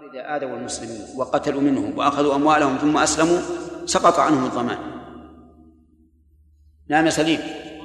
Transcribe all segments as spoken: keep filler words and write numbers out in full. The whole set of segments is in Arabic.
إذا آذوا المسلمين وقتلوا منهم وأخذوا أموالهم ثم أسلموا سقط عنهم الضمان. نعم يا سليم.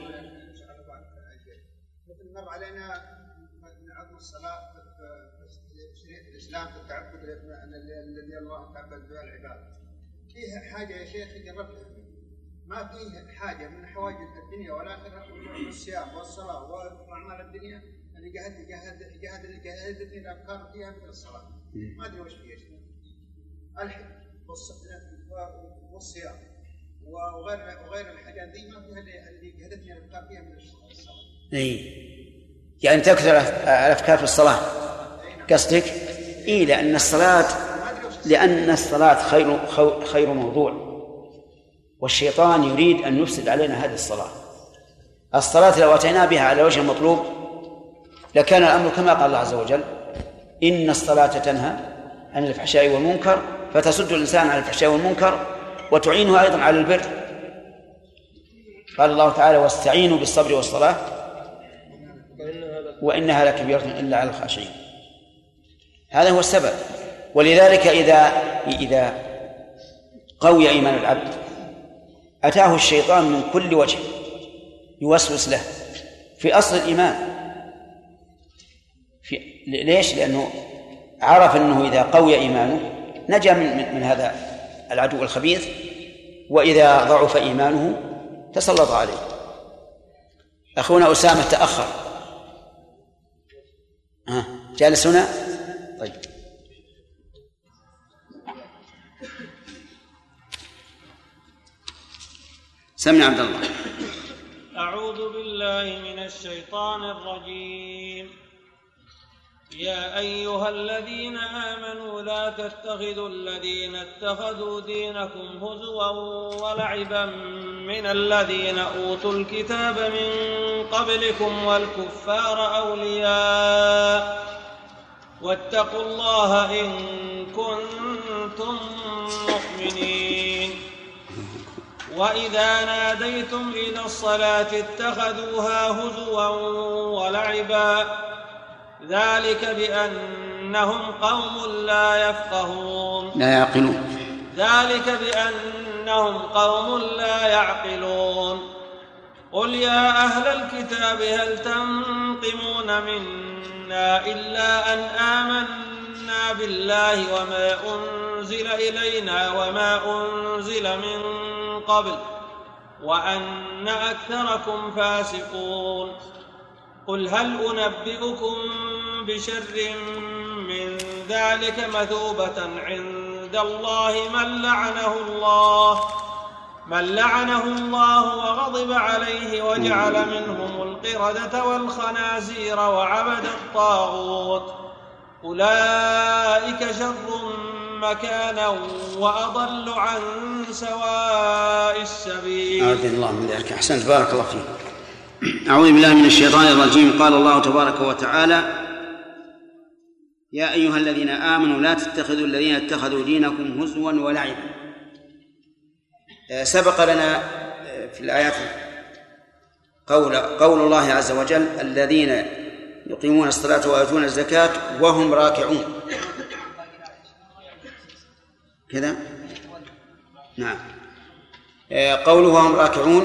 مثل مر علينا من عظم الصلاة في شريعة الإسلام في التعبد الذي الله تعبد به العباد. فيه حاجة يا شيخ جربتها، ما فيه حاجة من حوائج الدنيا والآخرة والصيام والصلاة وأعمال الدنيا اللي جهد جهد جهد جهدتني الأفكار فيها مثل الصلاة. ما أدري وش فيه شيء. الحج والصيام وغير وغير الحاجات ذي ما فيها اللي جهدتني الأفكار فيها مثل الصلاة. إيه يعني تكثر الأفكار في الصلاة قصدك؟ إيه لأن الصلاة لأن الصلاة خير خير موضوع، والشيطان يريد أن يفسد علينا هذه الصلاة. الصلاة لو أتينا بها على وجه المطلوب لكان الأمر كما قال الله عز وجل: إن الصلاة تنهى عن الفحشاء والمنكر، فتسد الإنسان عن الفحشاء والمنكر وتعينه أيضا على البر. قال الله تعالى: واستعينوا بالصبر والصلاة وإنها لكبيرة إلا على الخاشعين. هذا هو السبب. ولذلك إذا إذا قوي إيمان العبد أتاه الشيطان من كل وجه يوسوس له في أصل الإيمان. في ليش؟ لأنه عرف أنه إذا قوي إيمانه نجا من, من هذا العدو الخبيث، وإذا ضعف إيمانه تسلط عليه. أخونا أسامة تأخر. ها جالس هنا؟ طيب سمع عبد الله. أعوذ بالله من الشيطان الرجيم. يا أيها الذين آمنوا لا تتخذوا الذين اتخذوا دينكم هزوا ولعبا من الذين أوتوا الكتاب من قبلكم والكفار أولياء واتقوا الله إن كنتم مؤمنين. وإذا ناديتم إلى الصلاة اتخذوها هزوا ولعبا ذلك بأنهم قوم لا يفقهون لا يعقلون ذلك بأنهم قوم لا يعقلون. قل يا أهل الكتاب هل تنقمون منا إلا أن آمنا بالله وما أنزل إلينا وما أنزل من قبل وأن أكثركم فاسقون. قل هل أنبئكم بشر من ذلك مثوبة عند الله من لعنه الله من لعنه الله وغضب عليه وجعل منهم القردة والخنازير وعبد الطاغوت أولئك شر مكانا وأضل عن سواء السبيل. أعوذ بالله من ذلك. أحسنت بارك الله فيك. أعوذ بالله من الشيطان الرجيم. قال الله تبارك وتعالى: يا أيها الذين آمنوا لا تتخذوا الذين اتخذوا دينكم هزوا ولعبا. سبق لنا في الآيات قول, قول الله عز وجل: الذين يقيمون الصلاة ويؤتون الزكاة وهم راكعون. كذا نعم. قوله وهم راكعون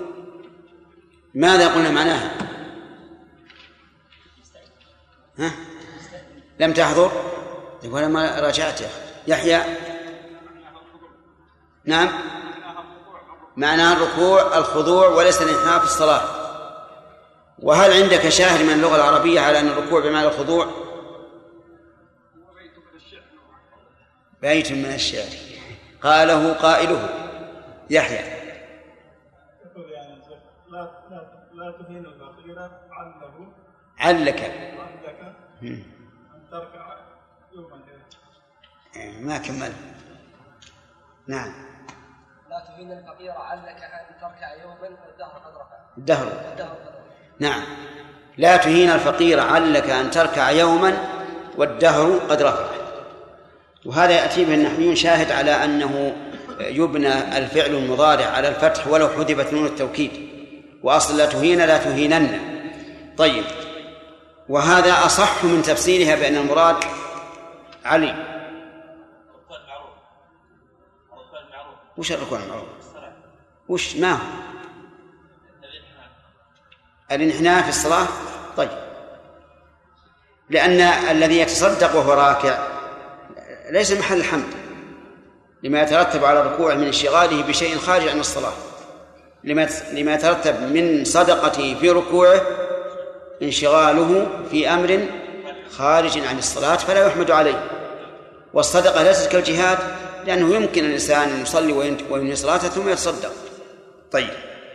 ماذا قلنا معناها؟ ها؟ لم تحضر ولا ما راجعت يا أخي يحيى؟ نعم معناها الركوع الخضوع وليس الانحناء في الصلاة. وهل عندك شاهد من اللغة العربية على أن الركوع بمعنى الخضوع؟ بيت من الشعر قاله قائله يحيى. لا لا تهين الفقير عله علك علك أن تركع يوما. ما كمل. نعم لا تهين الفقير علك أن تركع يوما والدهر قد رفع. الدهر نعم لا تهين الفقير علك أن تركع يوما والدهر قد رفع. وهذا يأتي به النحويون شاهد على أنه يبنى الفعل المضارع على الفتح ولو حذفت نون التوكيد، وأصل لا تهين لا تهينن. طيب وهذا أصح من تفسيرها بأن المراد علي وش الركوع المعروف؟ وش ما هو الانحناء في الصلاة؟ طيب، لأن الذي يتصدق وهو راكع ليس محل الحمد لما يترتب على الركوع من انشغاله بشيء خارج عن الصلاة، لما يترتب من صدقته في ركوعه انشغاله في أمر خارج عن الصلاة فلا يحمد عليه. والصدقة ليست كالجهاد، لأنه يمكن الإنسان أن يصلي وينهي صلاته ثم يتصدق. طيب،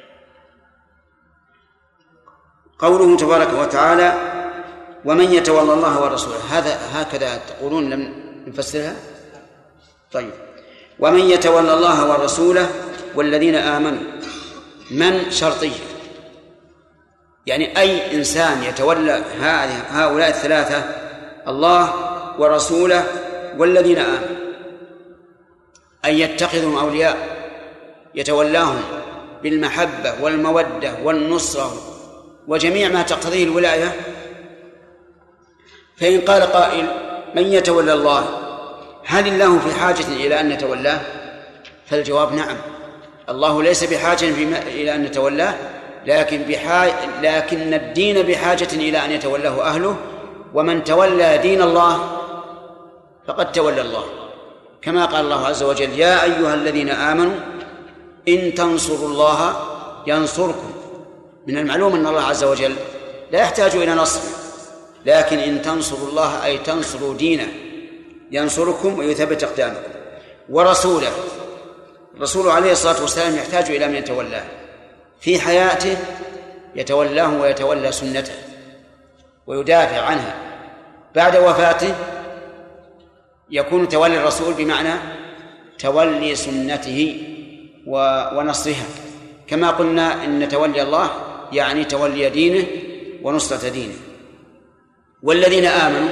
قوله تبارك وتعالى ومن يتولى الله ورسوله، هذا هكذا تقولون لم نفسرها؟ طيب، ومن يتولى الله ورسوله والذين آمنوا، من شرطية، يعني أي إنسان يتولى هؤلاء الثلاثة، الله ورسوله والذين آمنوا، أن يتخذهم أولياء يتولاهم بالمحبة والمودة والنصرة وجميع ما تقتضيه الولاية. فإن قال قائل من يتولى الله هل الله في حاجة إلى أن نتولاه؟ فالجواب نعم، الله ليس بحاجة إلى أن نتولاه، لكن, بحاجة لكن الدين بحاجة إلى أن يتولاه أهله، ومن تولى دين الله فقد تولى الله، كما قال الله عز وجل يا أيها الذين آمنوا إن تنصروا الله ينصركم. من المعلوم أن الله عز وجل لا يحتاج إلى نصر، لكن إن تنصروا الله أي تنصروا دينه ينصركم ويثبت أقدامكم. ورسوله، الرسول عليه الصلاة والسلام يحتاج إلى من يتولاه في حياته، يتولاه ويتولى سنته ويدافع عنها. بعد وفاته يكون تولي الرسول بمعنى تولي سنته ونصرها، كما قلنا إن تولي الله يعني تولي دينه ونصرة دينه. والذين آمنوا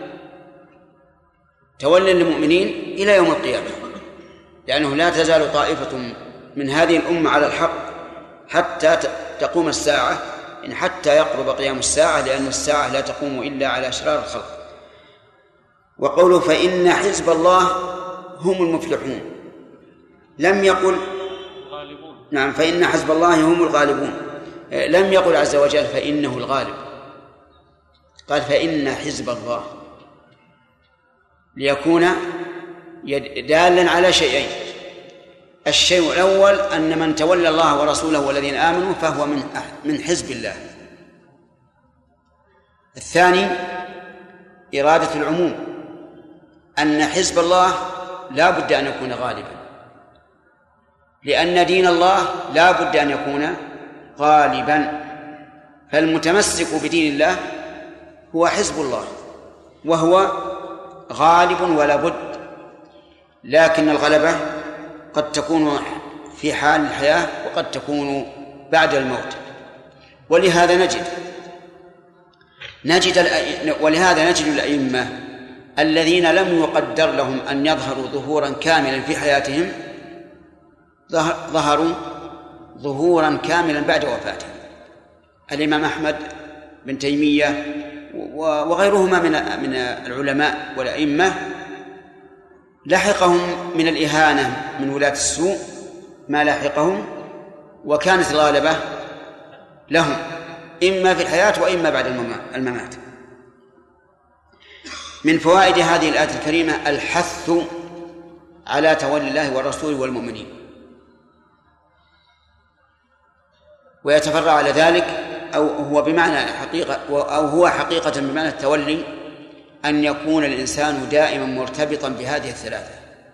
تولي المؤمنين إلى يوم القيامة، لأنه لا تزال طائفة من هذه الأمة على الحق حتى تقوم الساعة، إن حتى يقرب قيام الساعة، لأن الساعة لا تقوم إلا على أشرار الخلق. وقوله فإن حزب الله هم المفلحون، لم يقل غالبون. نعم، فإن حزب الله هم الغالبون، لم يقل عز وجل فإنه الغالب، قال فإن حزب الله، ليكون دالا على شيئين. الشيء الأول أن من تولى الله ورسوله والذين آمنوا فهو من من حزب الله. الثاني إرادة العموم، أن حزب الله لا بد أن يكون غالبا، لأن دين الله لا بد أن يكون غالبا، فالمتمسك بدين الله هو حزب الله وهو غالب ولا بد. لكن الغلبة قد تكون في حال الحياة وقد تكون بعد الموت. ولهذا نجد نجد ولهذا نجد الأئمة الذين لم يقدر لهم أن يظهروا ظهورا كاملا في حياتهم ظهروا ظهورا كاملا بعد وفاتهم. الإمام أحمد بن تيمية وغيرهما من من العلماء والأئمة لحقهم من الإهانة من ولاة السوء ما لحقهم، وكانت الغالبة لهم إما في الحياة وإما بعد الممات. من فوائد هذه الآية الكريمة الحث على تولي الله والرسول والمؤمنين، ويتفرع على ذلك أو هو بمعنى حقيقة أو هو حقيقة بمعنى التولي أن يكون الإنسان دائما مرتبطا بهذه الثلاثة: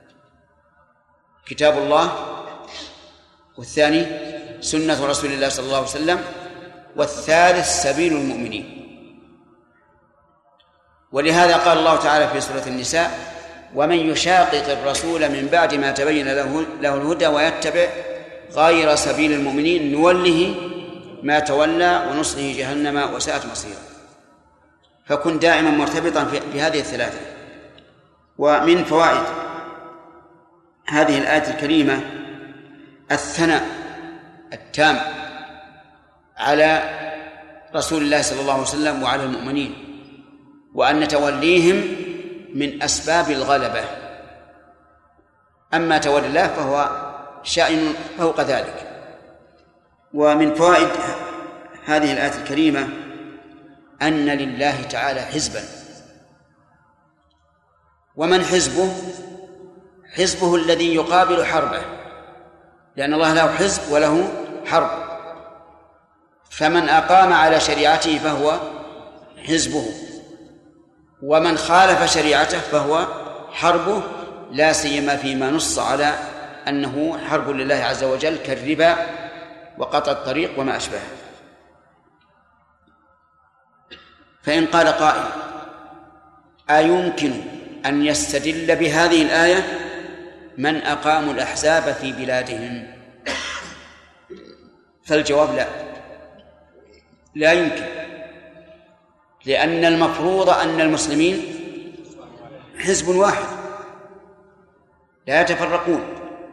كتاب الله، والثاني سنة رسول الله صلى الله عليه وسلم، والثالث سبيل المؤمنين. ولهذا قال الله تعالى في سورة النساء: ومن يشاقق الرسول من بعد ما تبين له, له الهدى ويتبع غير سبيل المؤمنين نوله ما تولى ونصله جهنم وساءت مصيرا. فكن دائما مرتبطا في هذه الثلاثة. ومن فوائد هذه الآية الكريمة الثناء التام على رسول الله صلى الله عليه وسلم وعلى المؤمنين، وأن توليهم من أسباب الغلبة. أما تولي الله فهو شأن فوق ذلك. ومن فوائد هذه الآية الكريمة أن لله تعالى حزبا، ومن حزبه؟ حزبه الذي يقابل حربه، لأن الله له حزب وله حرب، فمن أقام على شريعته فهو حزبه، ومن خالف شريعته فهو حربه، لا سيما فيما نص على أنه حرب لله عز وجل كالربا وقطع الطريق وما أشبهه. فإن قال قائل: أيمكن أن يستدل بهذه الآية من أقاموا الأحزاب في بلادهم؟ فالجواب لا، لا يمكن، لأن المفروض أن المسلمين حزب واحد لا يتفرقون،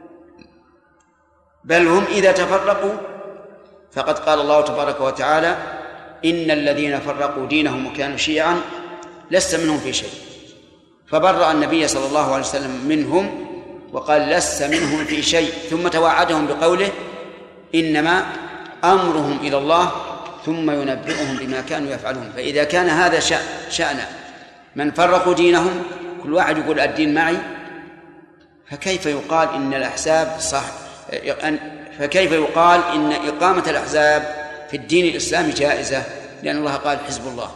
بل هم إذا تفرقوا فقد قال الله تبارك وتعالى: إن الذين فرقوا دينهم وكانوا شيعا لست منهم في شيء، فبرأ النبي صلى الله عليه وسلم منهم وقال: لست منهم في شيء، ثم توعدهم بقوله: إنما أمرهم إلى الله ثم ينبئهم بما كانوا يفعلون. فإذا كان هذا شأن من فرقوا دينهم، كل واحد يقول الدين معي، فكيف يقال إن الأحزاب صح؟ فكيف يقال إن إقامة الأحزاب في الدين الإسلامي جائزة؟ لأن الله قال: حزب الله.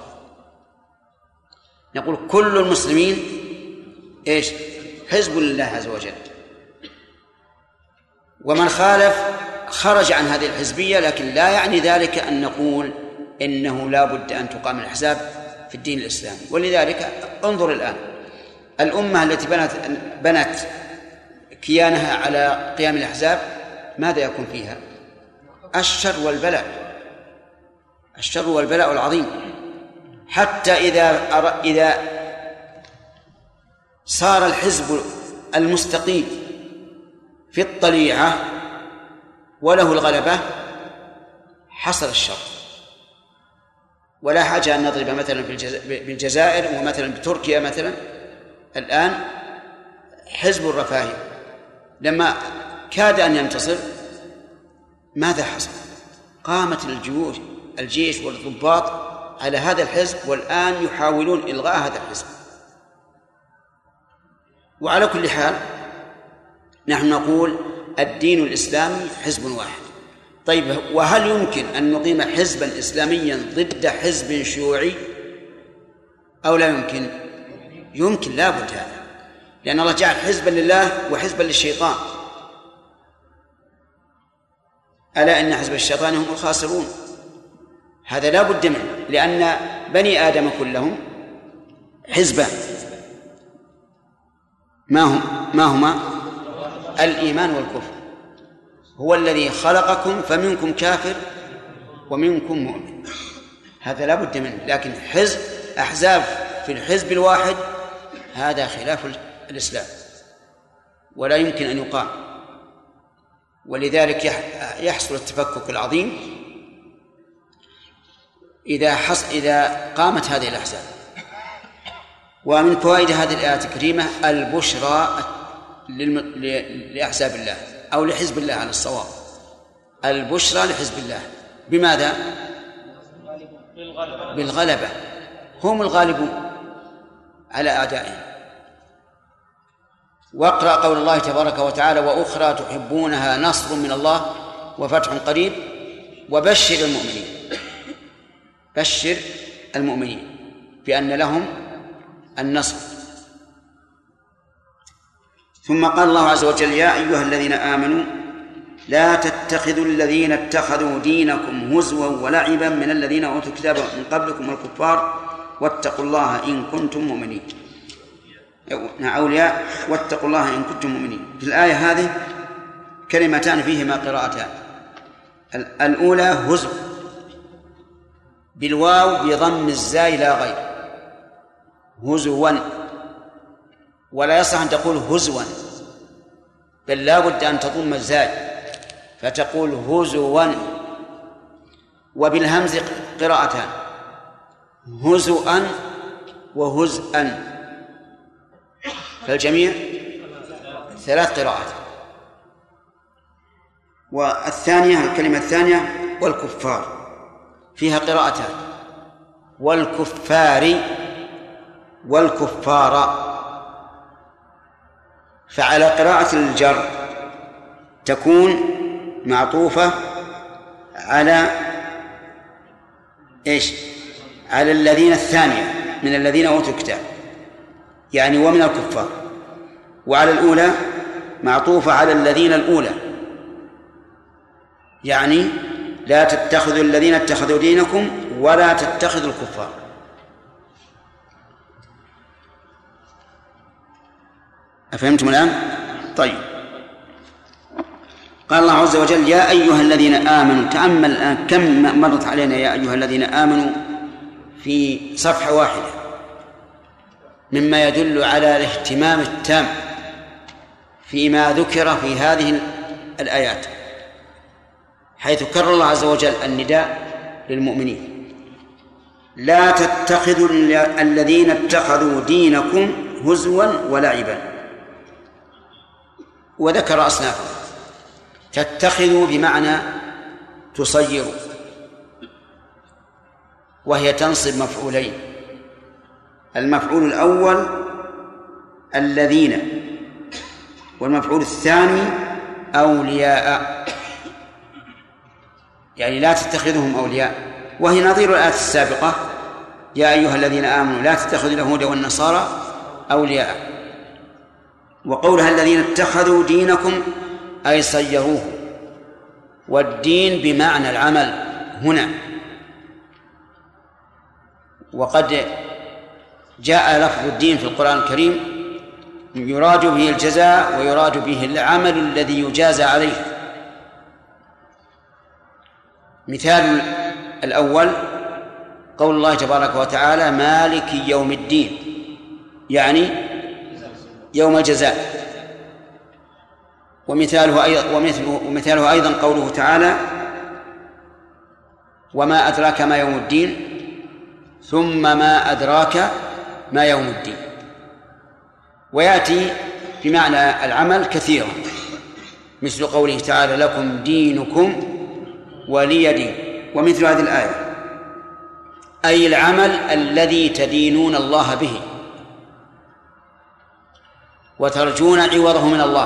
نقول كل المسلمين إيش؟ حزب لله عز وجل، ومن خالف خرج عن هذه الحزبية، لكن لا يعني ذلك أن نقول إنه لا بد أن تقام الأحزاب في الدين الإسلامي. ولذلك انظر الآن الأمة التي بنت, بنت كيانها على قيام الأحزاب، ماذا يكون فيها؟ الشر والبلاء، الشر والبلاء العظيم، حتى إذا إذا صار الحزب المستقيم في الطليعة وله الغلبة حصل الشر. ولا حاجة أن نضرب مثلا بالجزائر ومثلا بتركيا مثلا. الآن حزب الرفاهي لما كاد أن ينتصر ماذا حصل؟ قامت الجيوش الجيش والضباط على هذا الحزب، والآن يحاولون إلغاء هذا الحزب. وعلى كل حال نحن نقول الدين الإسلامي حزب واحد. طيب، وهل يمكن أن نقيم حزبا إسلاميا ضد حزب شيوعي أو لا يمكن؟ يمكن، لا بد هذا، لأن الله جعل حزبا لله وحزبا للشيطان. ألا إن حزب الشيطان هم الخاسرون. هذا لا بد منه، لأن بني آدم كلهم حزبان، ما هم ما هما؟ الإيمان والكفر. هو الذي خلقكم فمنكم كافر ومنكم مؤمن، هذا لا بد منه. لكن حزب أحزاب في الحزب الواحد هذا خلاف الإسلام ولا يمكن أن يقام. ولذلك يحصل التفكك العظيم إذا حص إذا قامت هذه الأحزاب. ومن فوائد هذه الآية الكريمة البشرى لأحزاب الله أو لحزب الله على الصواب، البشرى لحزب الله. بماذا؟ بالغلبة. بالغلبة، هم الغالبون على أعدائهم. واقرأ قول الله تبارك وتعالى: وأخرى تحبونها نصر من الله وفتح قريب وبشر المؤمنين. بشر المؤمنين بأن لهم النصر. ثم قال الله عز وجل: يا أيها الذين آمنوا لا تتخذوا الذين اتخذوا دينكم هزوا ولعبا من الذين أوتوا الكتاب من قبلكم والكفار واتقوا الله إن كنتم مؤمنين. أولياء واتقوا الله إن كنتم مؤمنين. في الآية هذه كلمتان فيهما قراءتان. الأولى هزو بالواو بضم الزاي لا غير، هزوا، ولا يصح أن تقول هزوا، بل لا بد أن تضم الزاي فتقول هزوا. وبالهمز قراءتان، هزؤا وهزءا، فالجميع ثلاث قراءات. والثانية الكلمة الثانية والكفار فيها قراءتان، والكفار والكفار. فعلى قراءة الجر تكون معطوفة على إيش؟ على الذين الثانية من الذين أوتوا الكتاب، يعني ومن الكفار. وعلى الأولى معطوفة على الذين الأولى، يعني لا تتخذوا الذين اتخذوا دينكم ولا تتخذوا الكفار. أفهمتم الآن؟ طيب. قال الله عز وجل يا أيها الذين آمنوا. تأمل الآن كم مرت علينا يا أيها الذين آمنوا في صفحة واحدة، مما يدل على الاهتمام التام فيما ذكر في هذه الآيات، حيث كرر الله عز وجل النداء للمؤمنين لا تتخذوا الذين اتخذوا دينكم هزوا ولعبا، وذكر أصنافهم. تتخذوا بمعنى تصيروا، وهي تنصب مفعولين. المفعول الأول الذين، والمفعول الثاني أولياء، يعني لا تتخذهم أولياء، وهي نظير الآية السابقة يا أيها الذين آمنوا لا تتخذوا اليهود والنصارى أولياء. وقولها الذين اتخذوا دينكم أي صيروه، والدين بمعنى العمل هنا. وقد جاء لفظ الدين في القرآن الكريم يراد به الجزاء ويراد به العمل الذي يجازى عليه. مثال الأول قول الله تبارك وتعالى مالك يوم الدين، يعني يوم الجزاء. ومثاله أيضا ومثله ومثاله أيضا قوله تعالى وما أدراك ما يوم الدين ثم ما أدراك ما يوم الدين. ويأتي بمعنى العمل كثيرا، مثل قوله تعالى لكم دينكم ولي دين. ومثل هذه الآية أي العمل الذي تدينون الله به وترجون عوضه من الله.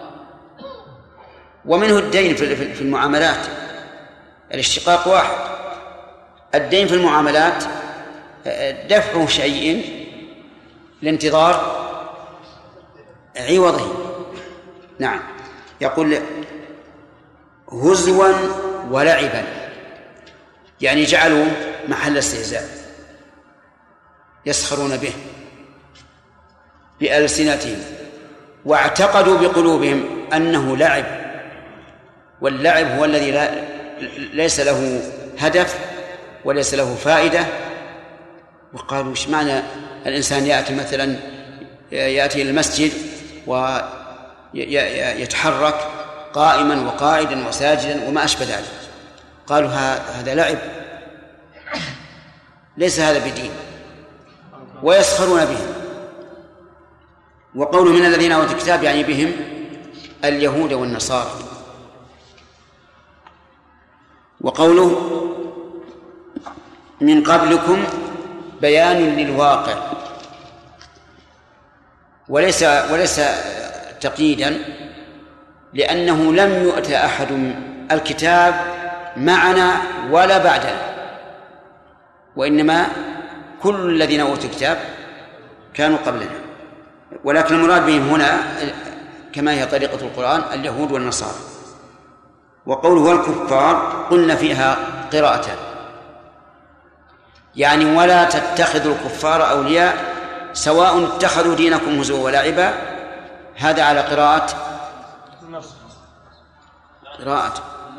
ومنه الدين في المعاملات، الاشتقاق واحد. الدين في المعاملات دفع شيء لانتظار عوضه. نعم. يقول هزوا ولعبا، يعني جعلوا محل استهزاء يسخرون به بألسنتهم، واعتقدوا بقلوبهم أنه لعب، واللعب هو الذي لا ليس له هدف وليس له فائدة. وقالوا ايش معنى الإنسان يأتي مثلا يأتي إلى المسجد ويتحرك قائما وقاعدا وساجدا وما أشبه ذلك. قالوا هذا لعب، ليس هذا بدين، ويسخرون بهم. وقوله من الذين أوتوا الكتاب يعني بهم اليهود والنصارى. وقوله من قبلكم بيان للواقع، وليس وليس تقييدا، لأنه لم يؤت أحد الكتاب معنا ولا بعدنا، وإنما كل الذين أوتوا الكتاب كانوا قبلنا. ولكن المراد بهم هنا كما هي طريقة القرآن اليهود والنصارى. وقوله والكفار قلنا فيها قراءتان، يعني ولا تتخذوا الكفار أولياء سواء اتخذوا دينكم هزوا ولعبا. هذا على قراءة قراءة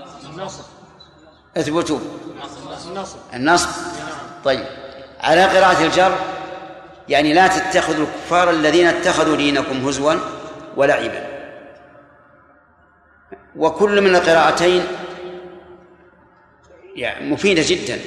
اثبتوا النصب. طيب على قراءة الجر يعني لا تتخذوا الكفار الذين اتخذوا دينكم هزوا ولعبا. وكل من القراءتين يعني مفيدة جدا.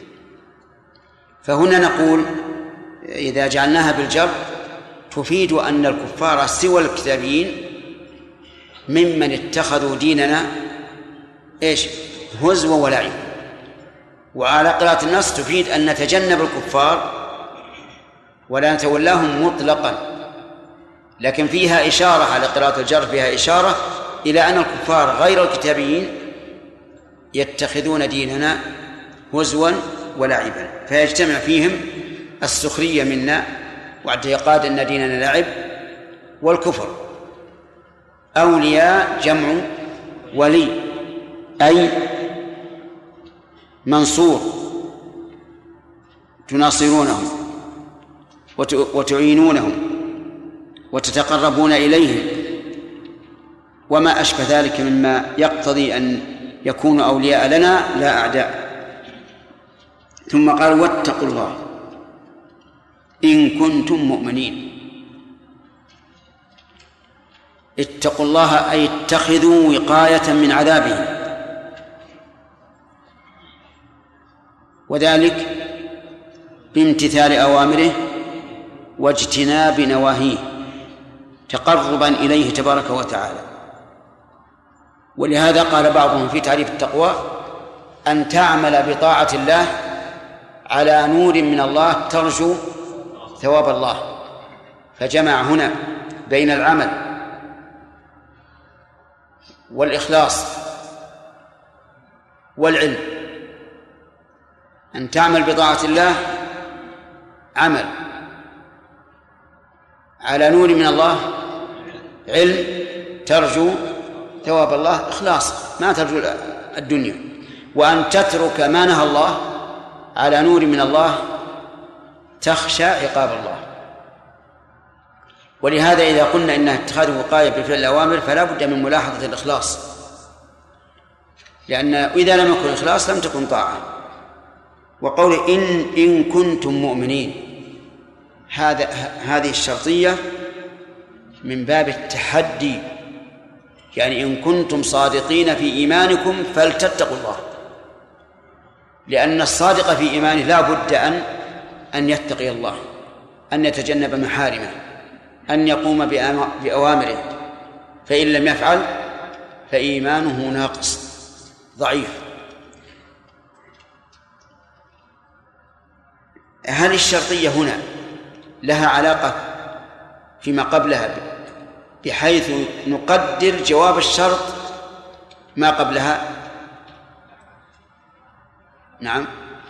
فهنا نقول إذا جعلناها بالجر تفيد أن الكفار سوى الكتابيين ممن اتخذوا ديننا إيش هزوا ولعب. وعلى قراءة النص تفيد أن نتجنب الكفار ولا نتولاهم مطلقا، لكن فيها إشارة على قراءة الجر، فيها إشارة إلى أن الكفار غير الكتابيين يتخذون ديننا هزوا ولعبا، فيجتمع فيهم السخرية منا واعتقاد أن ديننا لعب، والكفر. أولياء جمع ولي، أي منصور، تناصرونهم وتعينونهم وتتقربون إليهم وما أشبه ذلك مما يقتضي أن يكونوا أولياء لنا لا أعداء. ثم قال واتقوا الله إن كنتم مؤمنين. اتقوا الله أي اتخذوا وقاية من عذابه، وذلك بامتثال أوامره واجتناب نواهيه تقربا إليه تبارك وتعالى. ولهذا قال بعضهم في تعريف التقوى أن تعمل بطاعة الله على نور من الله ترجو ثواب الله، فجمع هنا بين العمل والإخلاص والعلم. أن تعمل بطاعة الله عمل، على نور من الله علم، ترجو ثواب الله إخلاص ما ترجو الدنيا، وأن تترك ما نهى الله على نور من الله تخشى عقاب الله. ولهذا إذا قلنا إن اتخاذ وقاية بفعل الأوامر فلا بد من ملاحظة الإخلاص، لأن إذا لم يكن إخلاص لم تكن طاعة. وقول إن إن كنتم مؤمنين، هذا هذه الشرطية من باب التحدي، يعني إن كنتم صادقين في إيمانكم فلتتقوا الله، لأن الصادق في إيمانه لا بد أن أن يتقي الله، أن يتجنب محارمه، أن يقوم بأوامره، فإن لم يفعل فإيمانه ناقص ضعيف. هل الشرطية هنا لها علاقة فيما قبلها بحيث نقدر جواب الشرط ما قبلها؟ نعم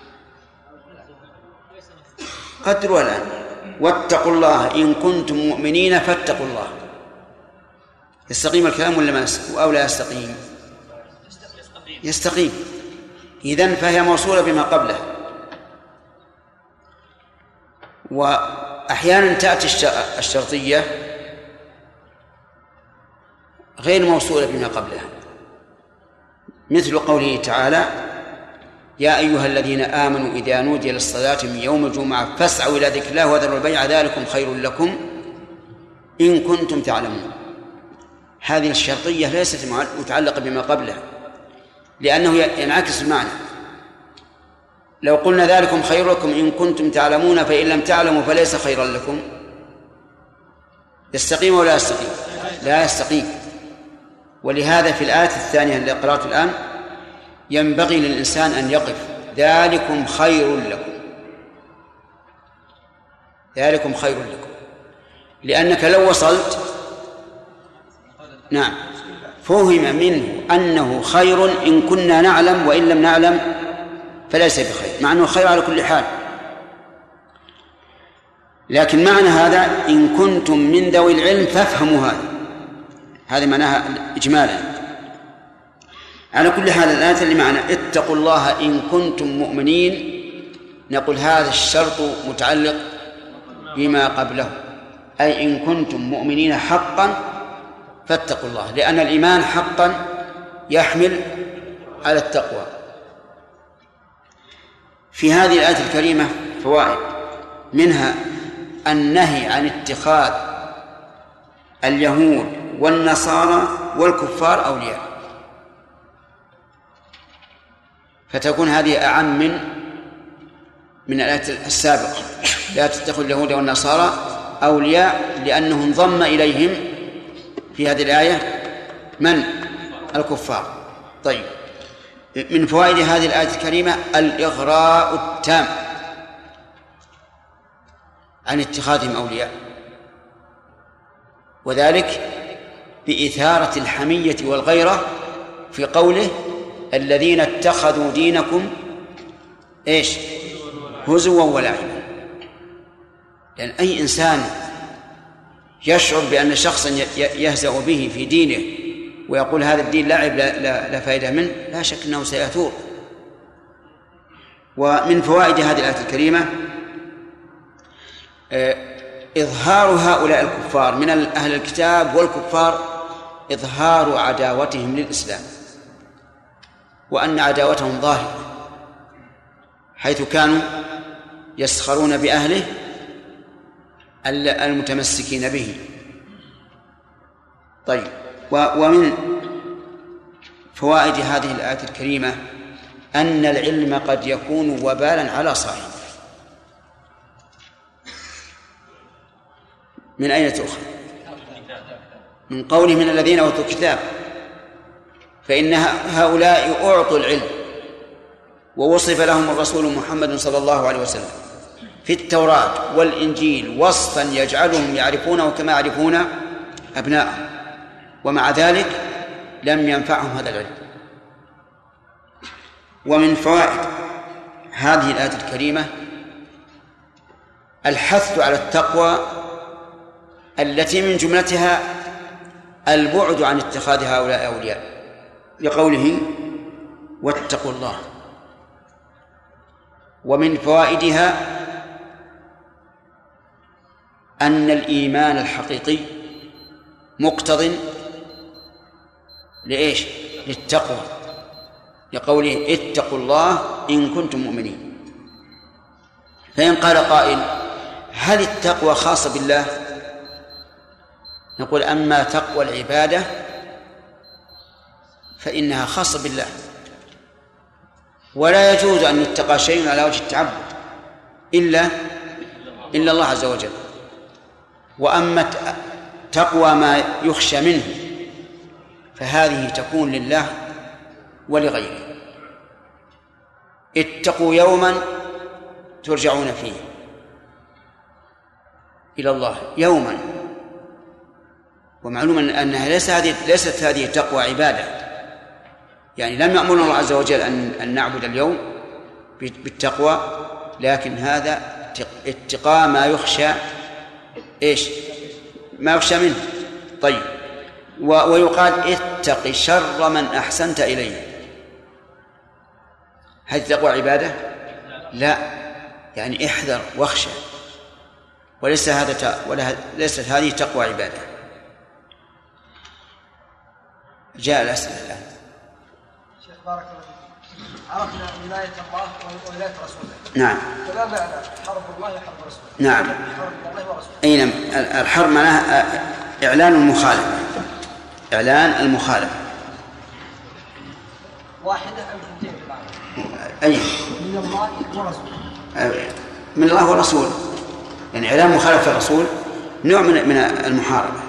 قدروا الآن واتقوا الله إن كنتم مؤمنين فاتقوا الله. يستقيم الكلام ولا ما أو لا يستقيم؟ يستقيم. إذن فهي موصولة بما قبلها. وأحيانا تأتي الشرطية غير موصولة بما قبلها، مثل قوله تعالى يا أيها الذين آمنوا إذا نودي للصلاة من يوم الجمعة فاسعوا إلى ذكر الله وذروا البيع ذلكم خير لكم إن كنتم تعلمون. هذه الشرطية ليست متعلقة بما قبلها، لأنه ينعكس المعنى. لو قلنا ذلكم خير لكم إن كنتم تعلمون فإن لم تعلموا فليس خيرا لكم، يستقيم ولا يستقيم؟ لا يستقيم. ولهذا في الآية الثانية التي قرأت الآن ينبغي للإنسان أن يقف ذلكم خير لكم، ذلكم خير لكم، لأنك لو وصلت نعم فهم منه أنه خير إن كنا نعلم، وإن لم نعلم فليس بخير، مع أنه خير على كل حال. لكن معنى هذا إن كنتم من ذوي العلم فافهموا هذا، هذا معناها إجمالا. على كل حال الآية اللي معنا اتقوا الله إن كنتم مؤمنين، نقول هذا الشرط متعلق بما قبله، أي إن كنتم مؤمنين حقا فاتقوا الله، لأن الإيمان حقا يحمل على التقوى. في هذه الآية الكريمة فوائد، منها النهي عن اتخاذ اليهود والنصارى والكفار أولياء، فتكون هذه أعم من من الآية السابقة لا تتخذوا اليهود والنصارى أولياء، لأنه انضم إليهم في هذه الآية من؟ الكفار. طيب من فوائد هذه الآية الكريمة الإغراء التام عن اتخاذهم أولياء، وذلك بإثارة الحمية والغيرة في قوله الذين اتخذوا دينكم إيش هزوا ولعبا. لأن أي إنسان يشعر بأن شخصا يهزأ به في دينه ويقول هذا الدين لعب لا, لا, لا فائدة منه، لا شك أنه سيثور. ومن فوائد هذه الآية الكريمة إظهار هؤلاء الكفار من أهل الكتاب والكفار إظهار عداوتهم للإسلام، وأن عداوتهم ظاهرة، حيث كانوا يسخرون بأهله المتمسكين به. طيب، ومن فوائد هذه الآية الكريمة أن العلم قد يكون وبالا على صاحبه. من أين تؤخذ؟ من قوله من الذين أوتوا الكتاب، فإن هؤلاء أعطوا العلم ووصف لهم الرسول محمد صلى الله عليه وسلم في التوراة والإنجيل وصفا يجعلهم يعرفونه كما يعرفون أبناءهم، ومع ذلك لم ينفعهم هذا العلم. ومن فوائد هذه الآية الكريمة الحث على التقوى التي من جملتها البعد عن اتخاذ هؤلاء أولياء، لقوله واتقوا الله. ومن فوائدها أن الإيمان الحقيقي مقتضٍ لإيش؟ للتقوى، لقوله اتقوا الله إن كنتم مؤمنين. فإن قال قائل هل التقوى خاصة بالله؟ نقول أما تقوى العبادة فإنها خاصة بالله، ولا يجوز أن يتقى شيء على وجه التعبد إلا إلا الله عز وجل. وأما تقوى ما يخشى منه فهذه تكون لله ولغيره. اتقوا يوما ترجعون فيه إلى الله، يوما. ومعلوم أنها ليست هذه ليست هذه تقوى عبادة، يعني لم يأمرنا الله عز وجل أن أن نعبد اليوم بالتقوى، لكن هذا اتقاء ما يخشى إيش؟ ما يخشى منه. طيب، ويقال اتق شر من أحسنت إليه. هل تقوى عبادة؟ لا، يعني احذر واخشى، وليس هذا ولا ليست هذه تقوى عبادة. جاء الأسئلة الآن. شيخ بارك الله فيك، عرفنا ولاية الله وولاية رسوله. نعم. فما معنى حرب الله وحرب رسوله؟ نعم. حرب الله ورسوله. أي نعم. الحرب معناها إعلان المخالفة، إعلان المخالفة. واحدة أم اثنتين بالمعنى؟ أي. من الله ورسوله. من الله ورسوله، يعني إعلان مخالفة الرسول نوع من من المحاربة.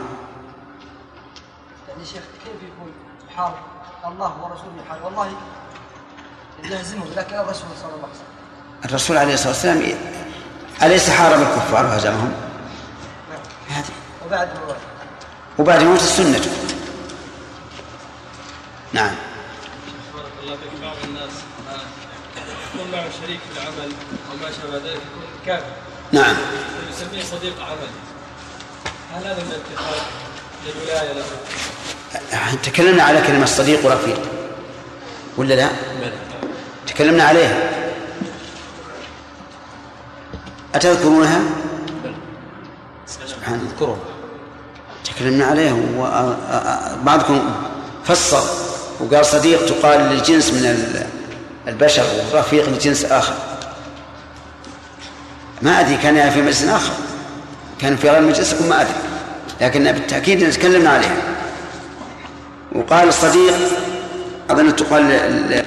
يعني شيخ كيف يكون حرب الله ورسوله يحارب؟ والله يهزمهم، لكن الرسول صلى الله عليه وسلم الرسول عليه الصلاة والسلام أليس حارب الكفار وهزمهم؟ نعم. وبعد موت وبعد موت السنة. نعم. بارك الله فيك. بعض الناس يكون معه شريك في العمل وما شابه ذلك يكون كافر. نعم. ويسميه صديق عمل، هل هذا من الاتخاذ للولاية له؟ تكلمنا على كلمة صديق ورفيق ولا لا؟ تكلمنا عليها، أتذكرونها؟ سبحان الله، تكلمنا عليها. وبعضكم فصل وقال صديق تقال للجنس من البشر ورفيق لجنس آخر. ما أدري، كان في مجلس آخر، كان في غير مجلسكم، ما أدري، لكن بالتأكيد نتكلمنا عليها. وقال الصديق أظن تقال ل...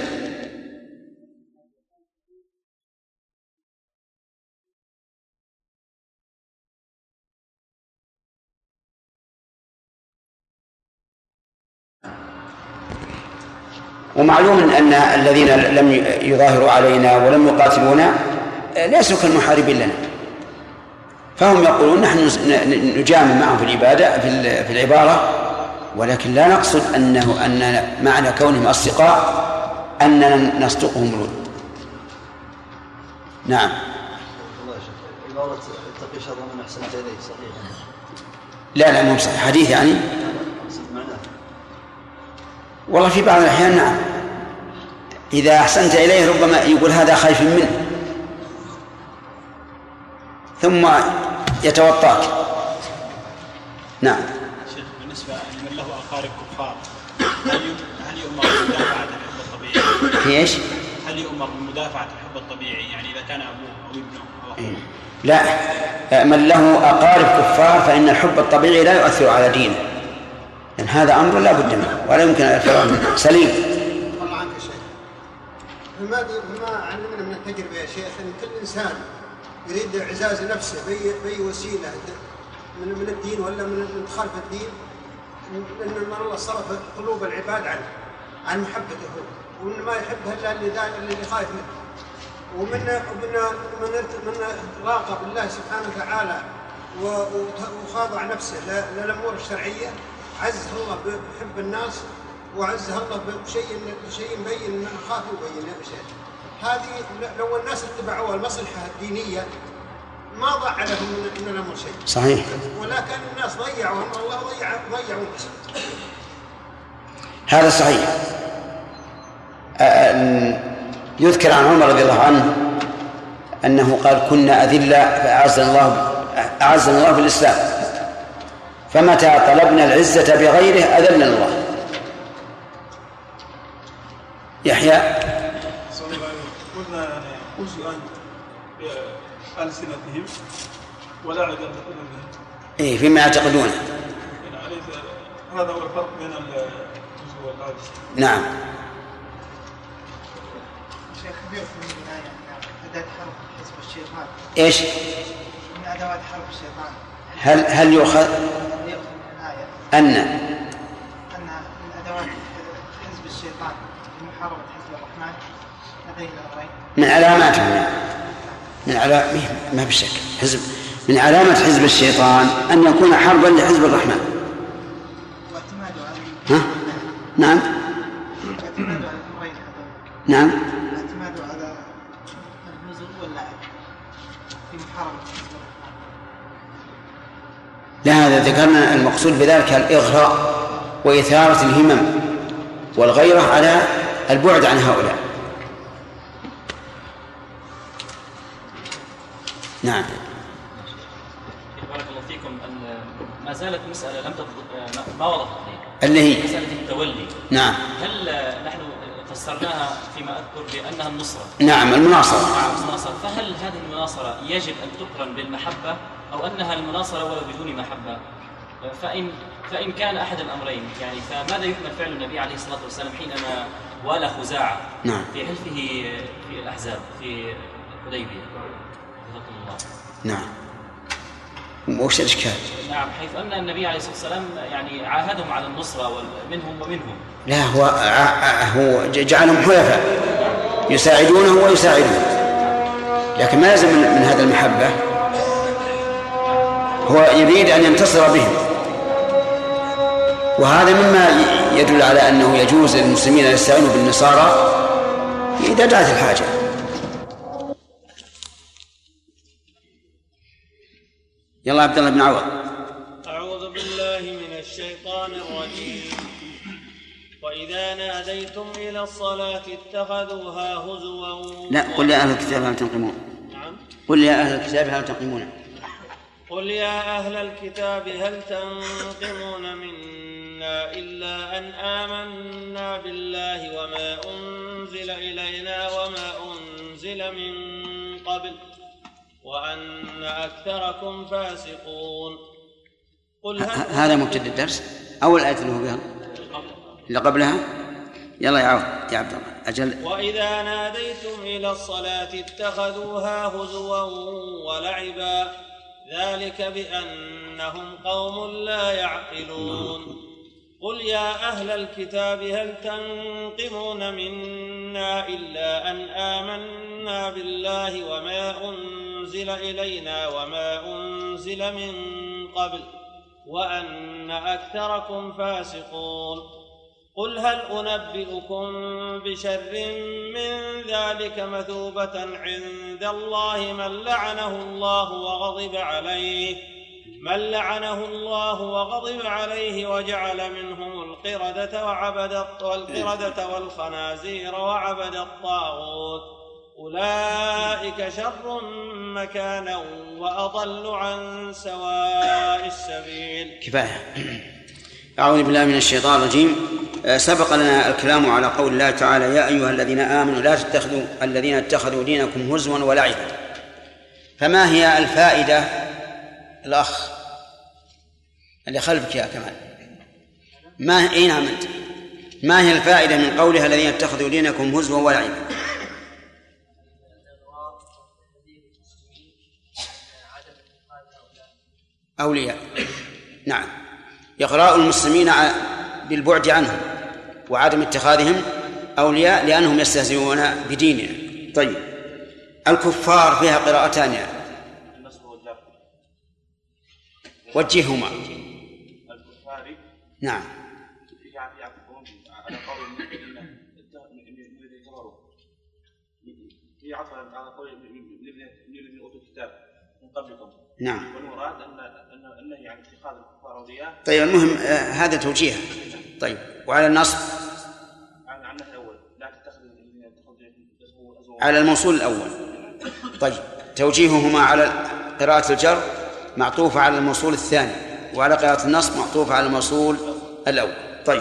ومعلوم أن الذين لم يظاهروا علينا ولم يقاتلونا ليسوا كالمحاربين لنا، فهم يقولون نحن نجامل معهم في العبادة في العبارة، ولكن لا نقصد أنه أن معنى كونهم أصدقاء أننا نصدقهم بالود. نعم. عبارة اتقي شر من أحسنت إليه صحيح؟ لا لا مو صحيح، حديث يعني. والله في بعض الأحيان نعم، إذا أحسنت إليه ربما يقول هذا خايف منه ثم يتوطاك. نعم. شيخ بالنسبة لمن له أقارب كفار هل يؤمر بمدافعة الحب الطبيعي؟ في إيش؟ هل يؤمر بمدافعة الحب الطبيعي يعني إذا كان أبوه أو ابنه أو أخوه؟ لا، من له أقارب كفار فإن الحب الطبيعي لا يؤثر على دينه، لأن هذا أمر لا بد منه ولا يمكن الفرار منه. سليم. الله عنك يا شيخ. فما فما علمنا من التجربة يا شيخ أن كل إنسان يريد إعزاز نفسه بأي بأي وسيلة من من الدين ولا من خلف الدين، أن الله صرف قلوب العباد عنه عن محبته هو، وأن ما يحبها إلا اللي اللي خايف منه، ومن ومن من من راقب الله سبحانه وتعالى وخاضع نفسه للأمور الشرعية عزها الله بحب الناس وعزها الله بشيء شيء مبين خاف يبين شيء. هذه لو الناس اتبعوها المصلحة الدينية ما ضاع لهم من الأمر شيء. صحيح. ولكن الناس ضيعوا أمر الله ضيع ضيعوا نفسهم. هذا صحيح. يذكر عن عمر رضي الله عنه أنه قال كنا أذلة فأعزنا الله أعزنا الله بالإسلام، فمتى طلبنا العزة بغيره أذلنا الله. يحيى. قلنا أوصوا أن بألسنتهم ولا عدد بهم. إيه فيما يعتقدون. يعني هذا هو الفرق بين الجزء والعجز. نعم. شيخ خبير من الآية أداة حرب حزب الشيطان. إيش؟ من أدوات حرب الشيطان. هل هل يؤخذ؟ يؤخذ من الآية. أن. أن من أدوات حزب الشيطان محاربة حزب الرحمن هذين الأمرين. من علاماتهم، من علامة ما بشك حزب من علامة حزب الشيطان أن يكون حربا لحزب الرحمن. واعتماده على. ها؟ نعم. واعتماده على الأمرين هذول. نعم. واعتماده على النزول واللعب في محاربة حزب الرحمن. لا هذا ذكرنا المقصود بذلك الإغراء وإثارة الهمم والغيرة على البعد عن هؤلاء. نعم. بارك الله فيكم أن ما زالت مسألة لم تفضل ما وضحت لي اللي هي مسألة التولي. نعم. هل نحن فسرناها فيما أذكر بأنها النصرة؟ نعم المناصرة. نعم المناصرة. فهل هذه المناصرة يجب أن تقرن بالمحبة أو أنها المناصرة ولو بدون محبة؟ فإن فإن كان أحد الأمرين يعني فماذا يحمل فعل النبي عليه الصلاة والسلام حينما والى خزاعة نعم. في حلفه في الأحزاب في الحديبية؟ نعم. وش الإشكال؟ نعم حيث أن النبي عليه الصلاة والسلام يعني عاهدهم على النصرة منهم ومنهم. لا هو هو جعلهم حلفاء يساعدونه ويساعدونه، لكن ما لازم من هذا المحبة، هو يريد أن ينتصر بهم، وهذا مما يدل على أنه يجوز للمسلمين أن يستعينوا بالنصارى إذا دعت الحاجة. يلا عبد الله بن عوض. أعوذ بالله من الشيطان الرجيم. وإذا ناديتم إلى الصلاة اتخذوها هزوا. لا قل يا أهل الكتاب هل تنقمون. نعم. قل يا أهل الكتاب هل تنقمون. قل يا أهل الكتاب هل تنقمون منا إلا أن آمنا بالله وما أنزل إلينا وما أنزل من قبل وأن أكثركم فاسقون. قل هذا مبتدأ الدرس أول آية اللي هو بها اللي قبلها. يلا يا عوض يا عبد الله أجل. وإذا ناديتم إلى الصلاة اتخذوها هزوا ولعبا ذلك بأنهم قوم لا يعقلون. قل يا أهل الكتاب هل تنقمون منا إلا أن آمنا بالله وما أنزل إلينا وما أنزل من قبل وأن أكثركم فاسقون قل هل أنبئكم بشر من ذلك مثوبة عند الله من لعنه الله وغضب عليه من لعنه الله وغضب عليه وجعل منهم القردة وعبد والقردة والخنازير وعبد الطاغوت أولئك شر مكانا وأضل عن سواء السبيل. كفاية. أعوذ بالله من الشيطان الرجيم. سبق لنا الكلام على قول الله تعالى يا أيها الذين آمنوا لا تتخذوا الذين اتخذوا دينكم هزوا ولعبا. فما هي الفائدة الأخ اللي خلفك يا كمال؟ ما أين عملت؟ ما هي الفائدة من قولها الذين اتخذوا دينكم هزوا ولعبا؟ أولياء. نعم، إغراء المسلمين بالبعد عنهم وعدم اتخاذهم أولياء لأنهم يستهزئون بديننا. طيب، الكفار فيها قراءتان يعني. وجههما. نعم. على قول في عطف على قول الذين اوتوا الكتاب من قبلكم. نعم. والمراد ان ان النهي عن اتخاذ الكفار اولياء. طيب، المهم آه هذا توجيه. طيب، وعلى النصب عن النهي الاول لا تتخذوا الذين اتخذوا على الموصول الاول. طيب، توجيههما على قراءة الجر معطوفة على الموصول الثاني، وعلى قراءة النصب معطوفة على الموصول الأول. طيب،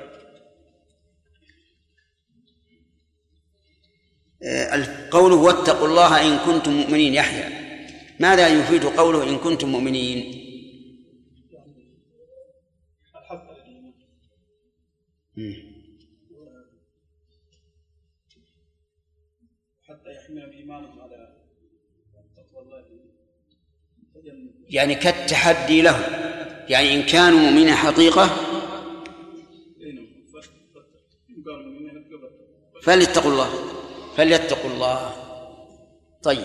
قوله واتقوا الله إن كنتم مؤمنين. يحيى، ماذا يفيد قوله إن كنتم مؤمنين؟ حتى يحمل إيمانهم على تقوى الله، يعني كالتحدي له، يعني إن كانوا مؤمنين حقيقة فليتقوا الله فليتقوا الله. طيب،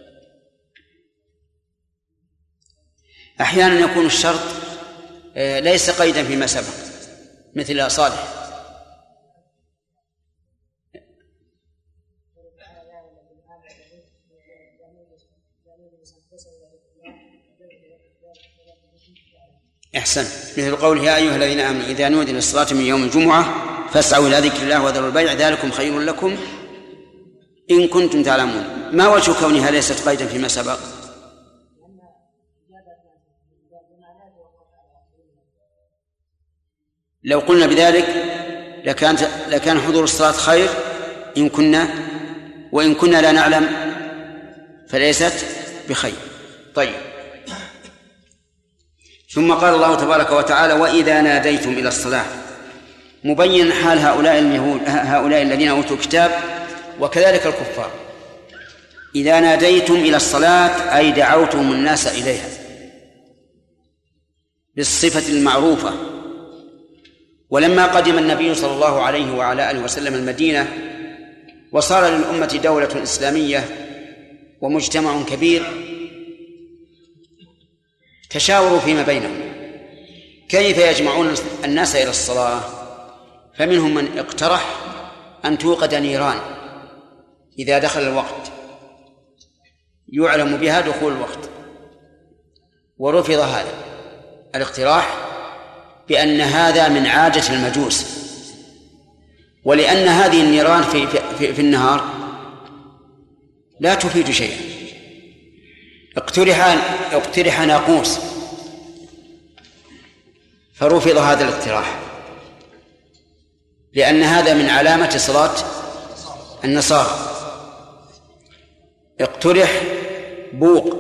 أحيانا يكون الشرط ليس قيدا فيما سبق مثل صالح. أحسن، مثل قوله يا أيها الذين آمنوا إذا نودي للصلاة من يوم الجمعة فاسعوا إلى ذكر الله وذروا البيع ذلكم خير لكم إن كنتم تعلمون. ما وجه كونها ليست قيدا فيما سبق؟ لو قلنا بذلك لكان لكان حضور الصلاة خير إن كنا، وإن كنا لا نعلم فليست بخير. طيب، ثم قال الله تبارك وتعالى وإذا ناديتم إلى الصلاة، مبين حال هؤلاء اليهود هؤلاء الذين أوتوا الكتاب وكذلك الكفار. إذا ناديتم إلى الصلاة أي دعوتم الناس إليها بالصفة المعروفة. ولما قدم النبي صلى الله عليه وعلى آله وسلم المدينة وصار للأمة دولة إسلامية ومجتمع كبير، تشاوروا فيما بينهم كيف يجمعون الناس إلى الصلاة. فمنهم من اقترح أن توقد نيران إذا دخل الوقت يعلم بها دخول الوقت، ورفض هذا الاقتراح بأن هذا من عادة المجوس، ولأن هذه النيران في, في, في النهار لا تفيد شيئا. اقترح اقترح ناقوس فرفض هذا الاقتراح، لأن هذا من علامة صلاة النصارى. اقترح بوق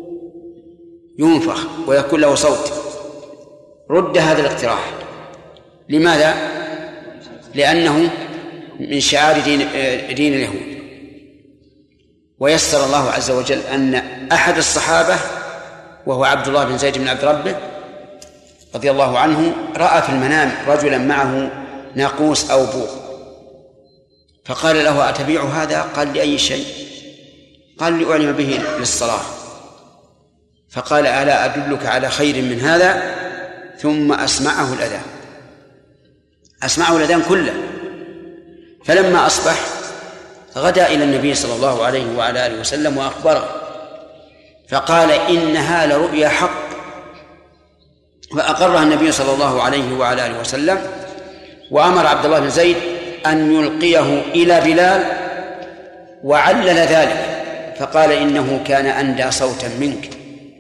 ينفخ ويكون له صوت، رد هذا الاقتراح. لماذا؟ لأنه من شعار دين, دين اليهود. ويسر الله عز وجل أن أحد الصحابة وهو عبد الله بن زيد بن عبد ربه رضي الله عنه رأى في المنام رجلا معه ناقوس أو بوق، فقال له: أتبيع هذا؟ قال: لأي شيء؟ قال: لأعلم به للصلاة. فقال: ألا أدلك على خير من هذا؟ ثم أسمعه الأذان، أسمعه الأذان كله. فلما أصبح غدا إلى النبي صلى الله عليه وعلى آله وسلم وأخبره، فقال: إنها لرؤيا حق. فأقرها النبي صلى الله عليه وعلى آله وسلم، وأمر عبد الله بن زيد أن يلقيه إلى بلال، وعلل ذلك فقال: إنه كان أندى صوتا منك.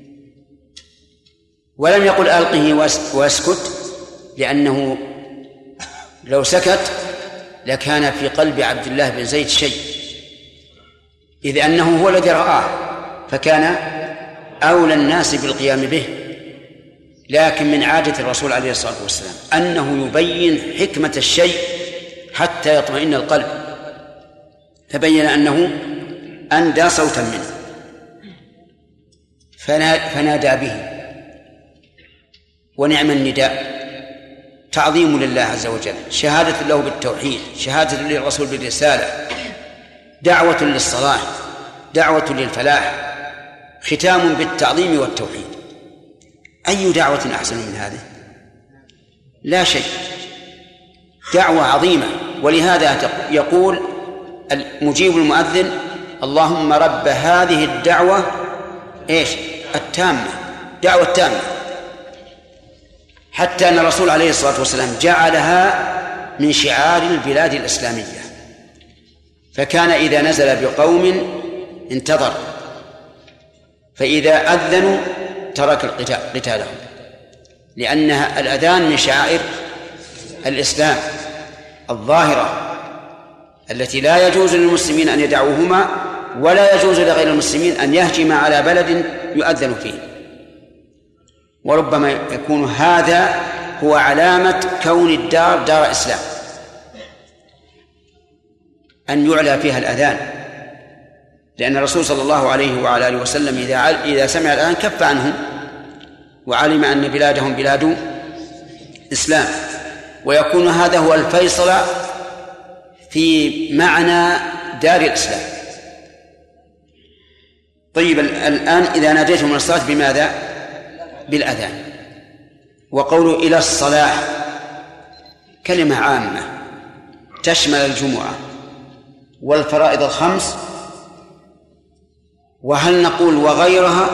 ولم يقل ألقه واسكت، لأنه لو سكت لكان في قلب عبد الله بن زيد شيء، إذ أنه هو الذي رآه فكان أولى الناس بالقيام به. لكن من عادة الرسول عليه الصلاة والسلام أنه يبين حكمة الشيء حتى يطمئن القلب، فبين أنه أندى صوتا منه فنادى به. ونعم النداء، تعظيم لله عز وجل، شهادة له بالتوحيد، شهادة للرسول بالرسالة، دعوة للصلاح، دعوة للفلاح، ختام بالتعظيم والتوحيد. أي دعوة أحسن من هذه؟ لا شيء، دعوة عظيمة. ولهذا يقول مجيب المؤذن: اللهم رب هذه الدعوة إيش؟ التامة، دعوة التامة. حتى أن الرسول عليه الصلاة والسلام جعلها من شعار البلاد الإسلامية، فكان إذا نزل بقوم انتظر، فإذا أذنوا ترك قتالهم، لأنها الأذان من شعائر الإسلام الظاهرة التي لا يجوز للمسلمين أن يدعوهما، ولا يجوز لغير المسلمين أن يهجم على بلد يؤذن فيه. وربما يكون هذا هو علامة كون الدار دار إسلام، أن يعلى فيها الأذان، لأن الرسول صلى الله عليه وعلى آله وسلم إذا إذا سمع الأذان كف عنهم وعلم أن بلادهم بلاد إسلام، ويكون هذا هو الفيصل في معنى دار الإسلام. طيب، الآن إذا ناديتم من الصلاة بماذا؟ بالأذان. وقوله إلى الصلاة كلمة عامة تشمل الجمعة والفرائض الخمس، وهل نقول وغيرها؟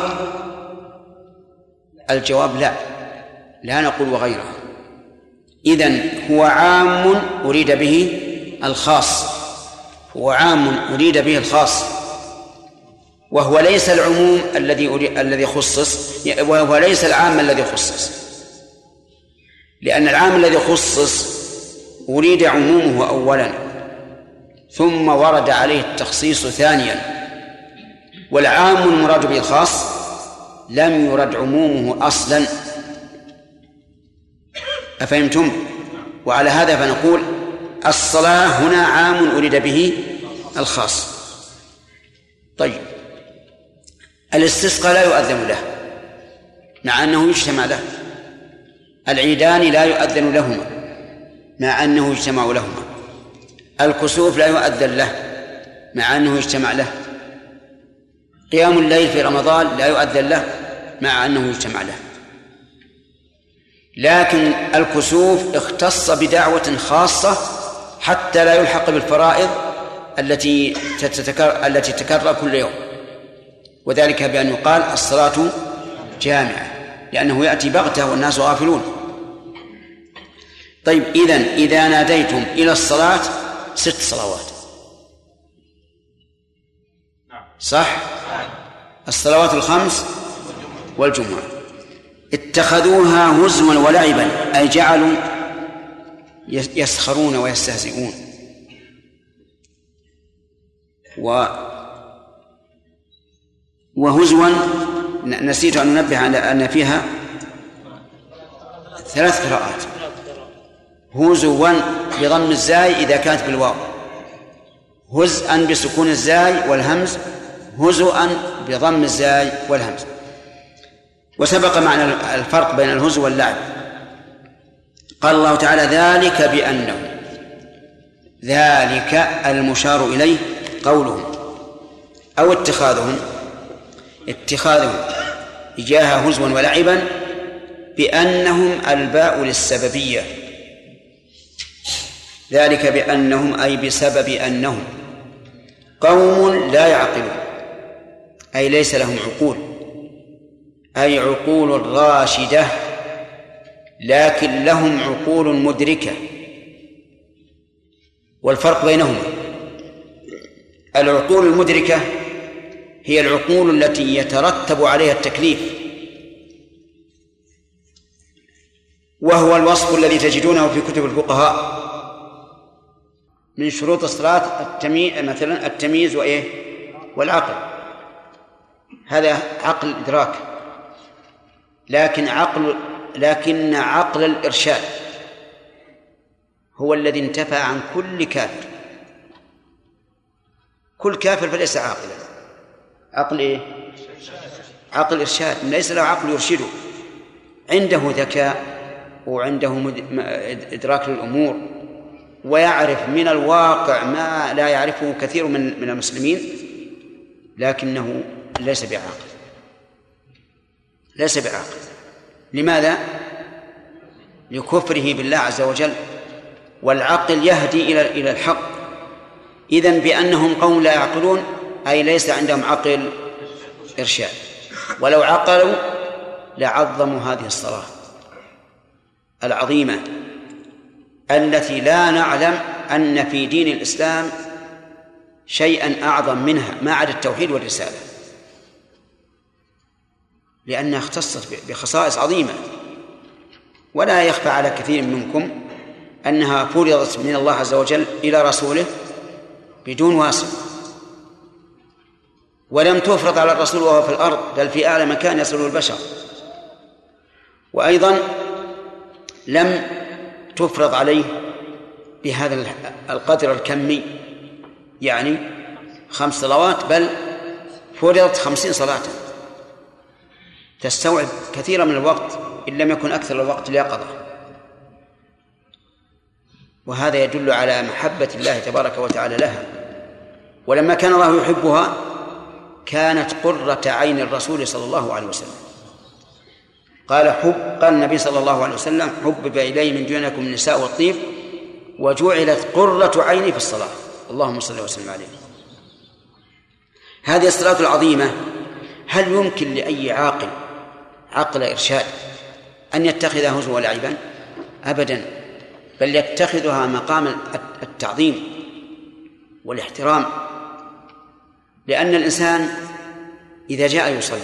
الجواب لا، لا نقول وغيرها. إذن هو عام أريد به الخاص، هو عام أريد به الخاص، وهو ليس العموم الذي الذي خصص، وهو ليس العام الذي خصص، لأن العام الذي خصص أريد عمومه أولا ثم ورد عليه التخصيص ثانيا، والعام المراد به الخاص لم يرد عمومه أصلا. أفهمتم؟ وعلى هذا فنقول الصلاة هنا عام أريد به الخاص. طيب، الاستسقاء لا يؤذن له مع أنه يجتمع له، العيدان لا يؤذن لهما مع أنه يجتمع لهما، الكسوف لا يؤذن له مع أنه يجتمع له، قيام الليل في رمضان لا يؤذن له مع أنه يجتمع له. لكن الكسوف اختص بدعوة خاصة حتى لا يلحق بالفرائض التي تتكرر التي تتكرر كل يوم، وذلك بأن يقال الصلاة جامعة، لأنه يأتي بغتة والناس غافلون. طيب، إذن إذا ناديتم إلى الصلاة ست صلوات، صح؟ الصلوات الخمس والجمعة. اتخذوها هزوا ولعبا، أي جعلوا يسخرون ويستهزئون. و وهزوا نسيت أن ننبه على أن فيها ثلاث قراءات: هزوا بضم الزاي إذا كانت بالواو، هزءا بسكون الزاي والهمز، هزوا بضم الزاي والهمز. وسبق معنا الفرق بين الهزو واللعب، قال الله تعالى ذلك بأنه، ذلك المشار إليه قولهم أو اتخاذهم اتخاذهم إياها هزوا ولعبا بأنهم الباء للسببية، ذلك بأنهم أي بسبب أنهم قوم لا يعقلون، أي ليس لهم عقول، أي عقول راشدة، لكن لهم عقول مدركة. والفرق بينهما العقول المدركة هي العقول التي يترتب عليها التكليف، وهو الوصف الذي تجدونه في كتب الفقهاء من شروط الصلاة التمييز، مثلا التمييز وإيه والعقل، هذا عقل إدراك، لكن عقل لكن عقل الإرشاد هو الذي انتفى عن كل كافر. كل كافر فليس عاقلا. عقل إيه؟ عقل إرشاد، ليس له عقل يرشده، عنده ذكاء وعنده إدراك للأمور، ويعرف من الواقع ما لا يعرفه كثير من من المسلمين، لكنه ليس بعاقل، ليس بعاقل. لماذا؟ لكفره بالله عز وجل. والعقل يهدي إلى إلى الحق. إذن بأنهم قوم لا يعقلون أي ليس عندهم عقل إرشاد، ولو عقلوا لعظموا هذه الصلاة العظيمة التي لا نعلم أن في دين الإسلام شيئا أعظم منها ما عدا التوحيد والرسالة، لأنها اختصت بخصائص عظيمة. ولا يخفى على كثير منكم أنها فرضت من الله عز وجل إلى رسوله بدون واسطة، ولم تفرض على الرسول وهو في الأرض، بل في أعلى مكان يصله البشر. وأيضا لم تفرض عليه بهذا القدر الكمي، يعني خمس صلوات، بل فرضت خمسين صلاة تستوعب كثيرا من الوقت إن لم يكن أكثر الوقت اليقظة. وهذا يدل على محبة الله تبارك وتعالى لها. ولما كان الله يحبها كانت قرة عين الرسول صلى الله عليه وسلم. قال حب قال النبي صلى الله عليه وسلم حبب إلي من دونكم النساء والطيب وجعلت قرة عيني في الصلاة. اللهم صل وسلم عليه. هذه الصلاة العظيمة هل يمكن لأي عاقل عقل إرشاد أن يتخذها هزوا ولعبا؟ أبدا، بل يتخذها مقام التعظيم والاحترام. لأن الإنسان إذا جاء يصلي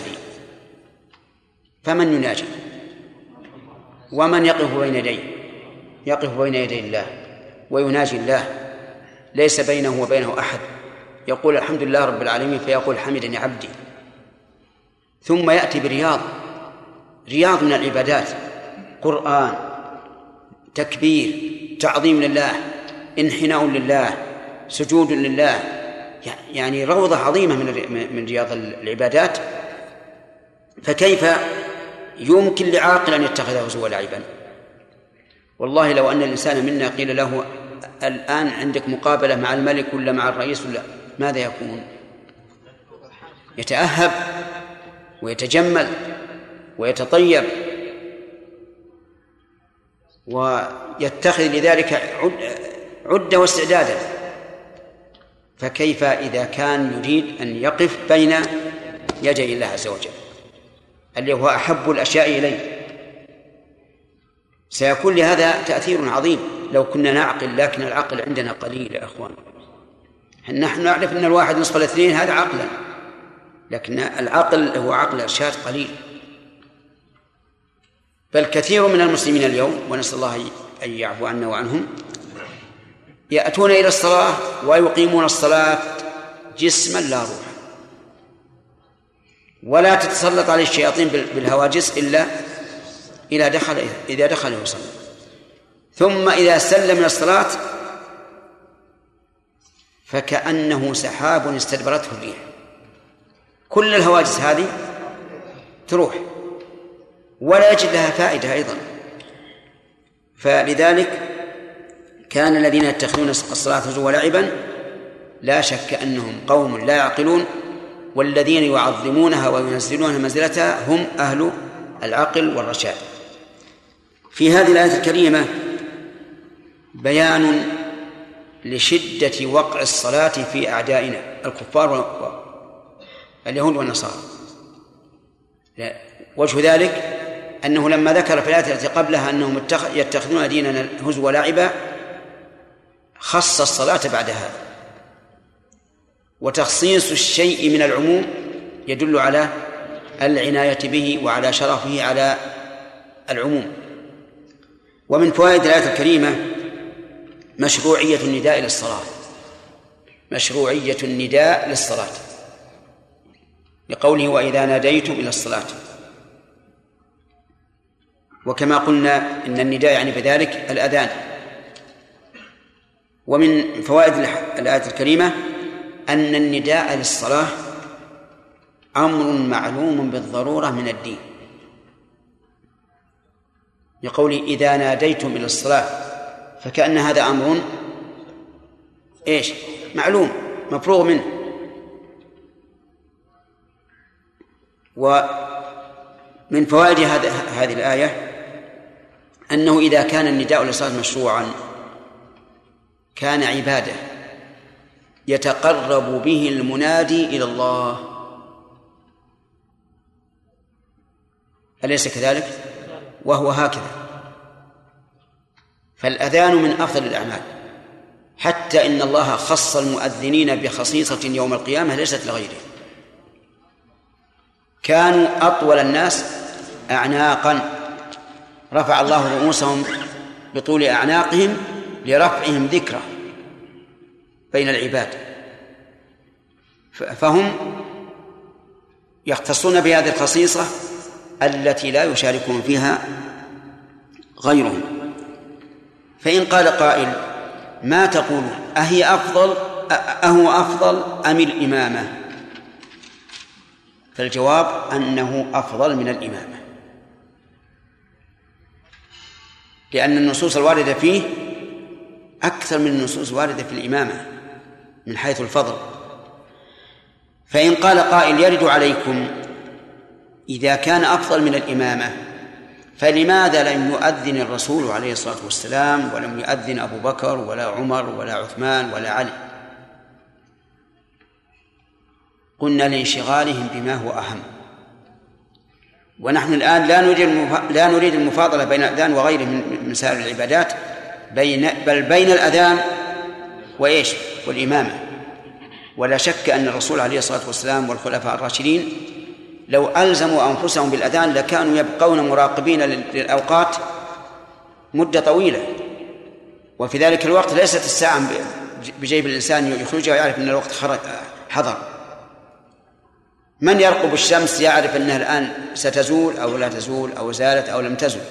فمن يناجي ومن يقف بين يديه؟ يقف بين يدي الله ويناجي الله، ليس بينه وبينه أحد. يقول الحمد لله رب العالمين فيقول حمدني عبدي، ثم يأتي برياض رياض من العبادات، قرآن، تكبير، تعظيم لله، انحناء لله، سجود لله، يعني روضة عظيمة من من رياض العبادات. فكيف يمكن لعاقل أن يتخذه هزوا ولعبا؟ والله لو أن الإنسان منا قيل له الآن عندك مقابلة مع الملك ولا مع الرئيس ولا، ماذا يكون؟ يتأهب ويتجمل ويتطيب ويتخذ لذلك عدة واستعدادا. فكيف إذا كان يريد أن يقف بين يدي الله عز وجل اللي هو أحب الأشياء إليه؟ سيكون لهذا تأثير عظيم لو كنا نعقل، لكن العقل عندنا قليل يا أخوان. نحن نعرف أن الواحد نصف الاثنين هذا عقلا، لكن العقل هو عقل إرشاد قليل. بل كثير من المسلمين اليوم، ونسأل الله أن يعفو عنا وعنهم، يأتون إلى الصلاة ويقيمون الصلاة جسما لا روح، ولا تتسلط عليه الشياطين بالهواجس إلا إذا دخل إذا دخل يصلي. ثم إذا سلم من الصلاة فكأنه سحاب استدبرته الريح، كل الهواجس هذه تروح ولا يجد لها فائدة أيضا. فلذلك كان الذين يتخذون الصلاة هزوا ولعبا لا شك أنهم قوم لا يعقلون، والذين يعظمونها وينزلونها منزلتها هم أهل العقل والرشاد. في هذه الآية الكريمة بيان لشدة وقع الصلاة في أعدائنا الكفار واليهود والنصارى. وجه ذلك أنه لما ذكر في الآية التي قبلها أنهم يتخذون ديننا هزوا ولعبا خص الصلاة بعد هذا، وتخصيص الشيء من العموم يدل على العناية به وعلى شرفه على العموم. ومن فوائد الآية الكريمة مشروعية النداء للصلاة، مشروعية النداء للصلاة لقوله وإذا ناديتم إلى الصلاة. وكما قلنا إن النداء يعني بذلك الأذان. ومن فوائد الآية الكريمة أن النداء للصلاة أمر معلوم بالضرورة من الدين، لقوله إذا ناديتم إلى الصلاة، فكأن هذا أمر إيش معلوم مفروغ منه. ومن فوائد هذه الآية أنه إذا كان النداء للصلاة مشروعا كان عبادة يتقرب به المنادي إلى الله، أليس كذلك؟ وهو هكذا. فالأذان من أفضل الأعمال، حتى إن الله خص المؤذنين بخصيصة يوم القيامة ليست لغيره. كانوا أطول الناس أعناقا، رفع الله رؤوسهم بطول أعناقهم لرفعهم ذكرى بين العباد، فهم يختصون بهذه الخصيصة التي لا يشاركون فيها غيرهم. فإن قال قائل ما تقولون أهي أفضل أهو أفضل أم الإمامة؟ فالجواب أنه أفضل من الإمامة، لأن النصوص الواردة فيه أكثر من النصوص الواردة في الإمامة من حيث الفضل. فإن قال قائل يرد عليكم إذا كان أفضل من الإمامة فلماذا لم يؤذن الرسول عليه الصلاة والسلام ولم يؤذن أبو بكر ولا عمر ولا عثمان ولا علي؟ قلنا لانشغالهم بما هو أهم، ونحن الآن لا نريد لا نريد المفاضلة بين الأذان وغيره من سائر العبادات، بين بل بين الأذان وإيش والإمامة. ولا شك أن الرسول عليه الصلاة والسلام والخلفاء الراشدين لو ألزموا أنفسهم بالأذان لكانوا يبقون مراقبين للأوقات مدة طويلة، وفي ذلك الوقت ليست الساعة بجيب الإنسان يخرجها ويعرف أن الوقت حضر. من يرقب الشمس يعرف أنها الآن ستزول أو لا تزول أو زالت أو لم تزل.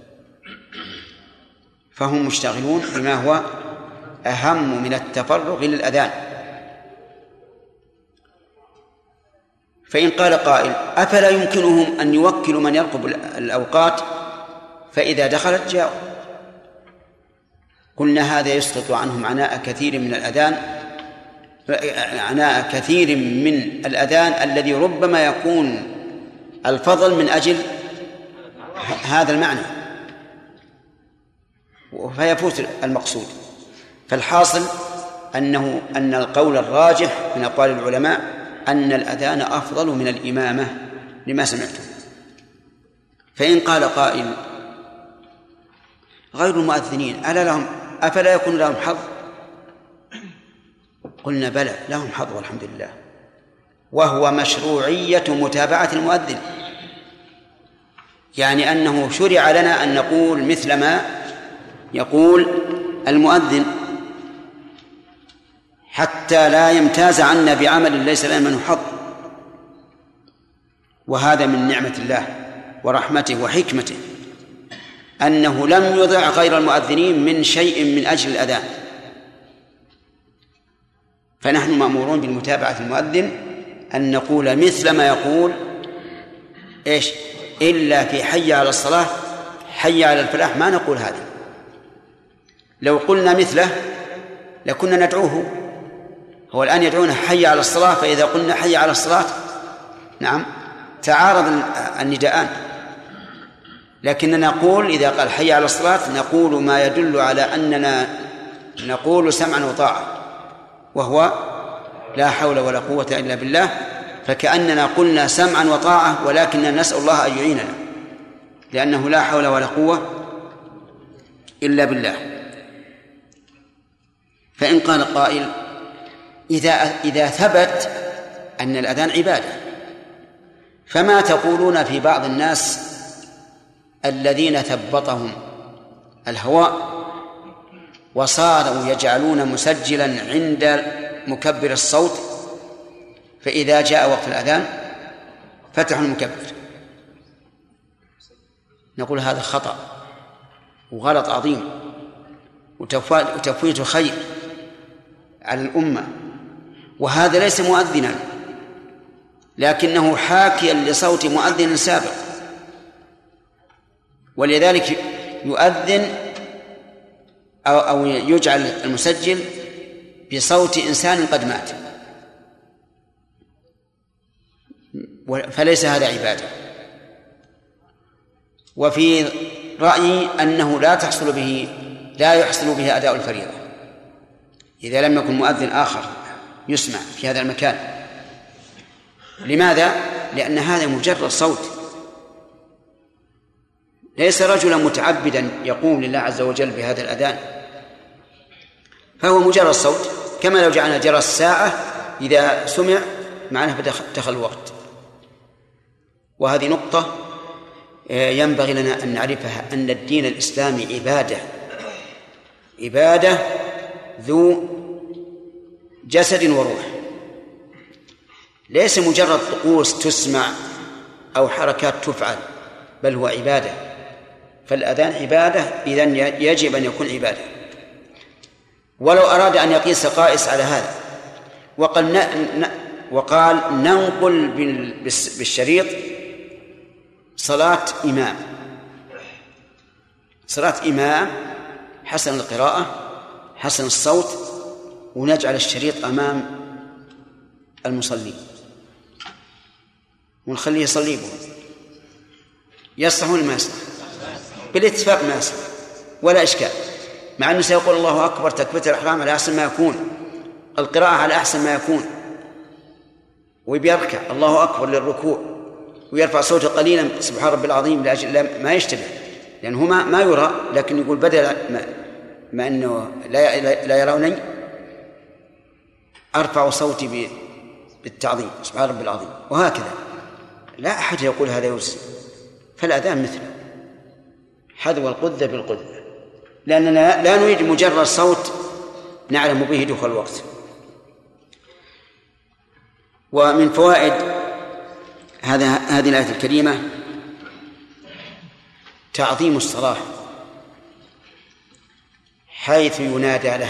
فهم مشتغلون بما هو أهم من التفرغ للأذان. فإن قال قائل أفلا يمكنهم أن يوكلوا من يرقب الأوقات فإذا دخلت جاءوا؟ قلنا هذا يسقط عنهم عناء كثير من الأذان عناء كثير من الأذان الذي ربما يكون الفضل من أجل هذا المعنى فيفوت المقصود. فالحاصل أنه أن القول الراجح من أقوال العلماء أن الأذان أفضل من الإمامة لما سمعتم. فإن قال قائل غير المؤذنين ألا لهم أفلا يكون لهم حظ؟ قلنا بلى لهم حظ والحمد لله، وهو مشروعية متابعة المؤذن، يعني أنه شرع لنا أن نقول مثل ما يقول المؤذن حتى لا يمتاز عنا بعمل ليس لنا منه حظ. وهذا من نعمة الله ورحمته وحكمته أنه لم يضع غير المؤذنين من شيء من أجل الأذان، فنحن مأمورون بالمتابعة المؤذن أن نقول مثل ما يقول إيش إلا في حي على الصلاة حي على الفلاح ما نقول هذا، لو قلنا مثله لكنا ندعوه. هو الآن يدعونا حي على الصلاة، فإذا قلنا حي على الصلاة نعم تعارض النداءان، لكننا نقول إذا قال حي على الصلاة نقول ما يدل على أننا نقول سمعا وطاعة، وهو لا حول ولا قوة إلا بالله، فكأننا قلنا سمعا وطاعة ولكننا نسأل الله أن يعيننا، لأنه لا حول ولا قوة إلا بالله. فإن قال قائل إذا إذا ثبت أن الأذان عبادة، فما تقولون في بعض الناس الذين ثبطهم الهواء وصاروا يجعلون مسجلا عند مكبر الصوت، فإذا جاء وقت الأذان فتحوا المكبر؟ نقول هذا خطأ وغلط عظيم وتفويت خير على الأمة، وهذا ليس مؤذنا لكنه حاكيا لصوت مؤذن سابق، ولذلك يؤذن أو يجعل المسجل بصوت إنسان قد مات، فليس هذا عبادة. وفي رأيي أنه لا تحصل به لا يحصل به أداء الفريضة إذا لم يكن مؤذن آخر يسمع في هذا المكان. لماذا؟ لأن هذا مجرد صوت، ليس رجلا متعبدا يقوم لله عز وجل بهذا الأذان، فهو مجرد صوت، كما لو جعلنا جرس الساعة إذا سمع معناه دخل الوقت. وهذه نقطة ينبغي لنا أن نعرفها، أن الدين الإسلامي عبادة عبادة ذو جسد وروح، ليس مجرد طقوس تسمع أو حركات تفعل، بل هو عبادة. فالأذان عبادة، إذن يجب أن يكون عبادة. ولو أراد أن يقيس قائس على هذا وقال, ن... وقال ننقل بالشريط صلاة إمام صلاة إمام حسن القراءة حسن الصوت، ونجعل الشريط أمام المصلي ونخليه يصلي به، يصلح ولا ما يصلح؟ بالاتفاق ما يصلح ولا إشكال، مع أنه سيقول الله أكبر تكبيرة الإحرام على أحسن ما يكون، القراءة على أحسن ما يكون، وبيركع الله أكبر للركوع ويرفع صوته قليلا سبحان ربي العظيم لأجل ما يشتبه، لأنه ما ما يرى، لكن يقول بدل ما, ما أنه لا, لا يروني أرفع صوتي بالتعظيم سبحان ربي العظيم، وهكذا لا أحد يقول هذا يوسف. فالأذان مثله حذو القذة بالقذة، لأننا لا نريد مجرد صوت نعلم به دخول الوقت. ومن فوائد هذا هذه الآية الكريمة تعظيم الصلاة، حيث ينادى لها،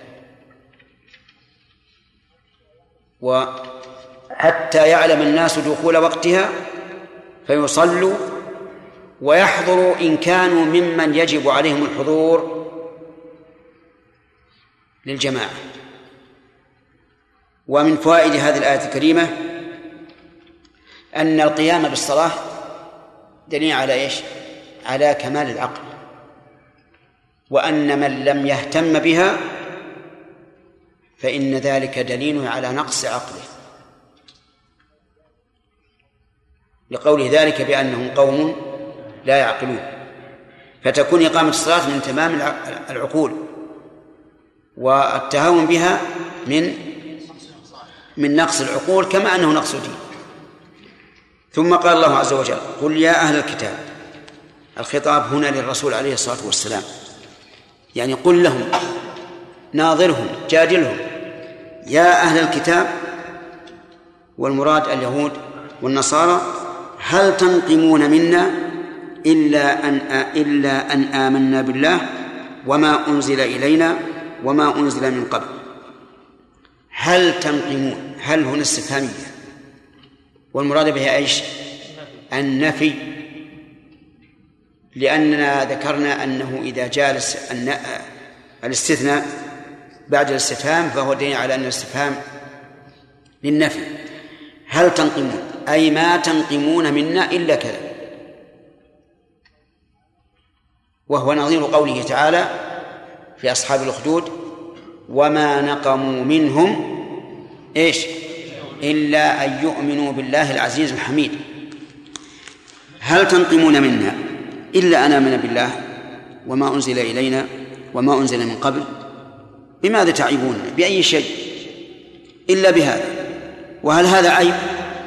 وحتى يعلم الناس دخول وقتها فيصلوا ويحضروا إن كانوا ممن يجب عليهم الحضور للجماعة. ومن فوائد هذه الآية الكريمة أن القيام بالصلاة دليل على إيش؟ على كمال العقل، وأن من لم يهتم بها فإن ذلك دليل على نقص عقله، لقوله ذلك بأنهم قوم لا يعقلون. فتكون إقامة الصلاة من تمام العقول، والتهاون بها من من نقص العقول، كما أنه نقص دين. ثم قال الله عز وجل قل يا أهل الكتاب، الخطاب هنا للرسول عليه الصلاة والسلام، يعني قل لهم ناظرهم جادلهم يا أهل الكتاب، والمراد اليهود والنصارى، هل تنقمون منا إلا أن إلا أن آمنا بالله وما أنزل إلينا وما أنزل من قبل. هل تنقمون، هل هنا استفهامية، والمراد بها إيش؟ النفي، لأننا ذكرنا أنه إذا جالس الاستثناء بعد الاستفهام فهو دليل على أن الاستفهام للنفي. هل تنقمون أي ما تنقمون منا إلا كذا، وهو نظير قوله تعالى في أصحاب الأخدود وما نقموا منهم إيش إلا أن يؤمنوا بالله العزيز الحميد. هل تنقمون منا إلا أن آمنا بالله وما أنزل إلينا وما أنزل من قبل؟ بماذا تعيبون؟ بأي شيء إلا بهذا؟ وهل هذا عيب؟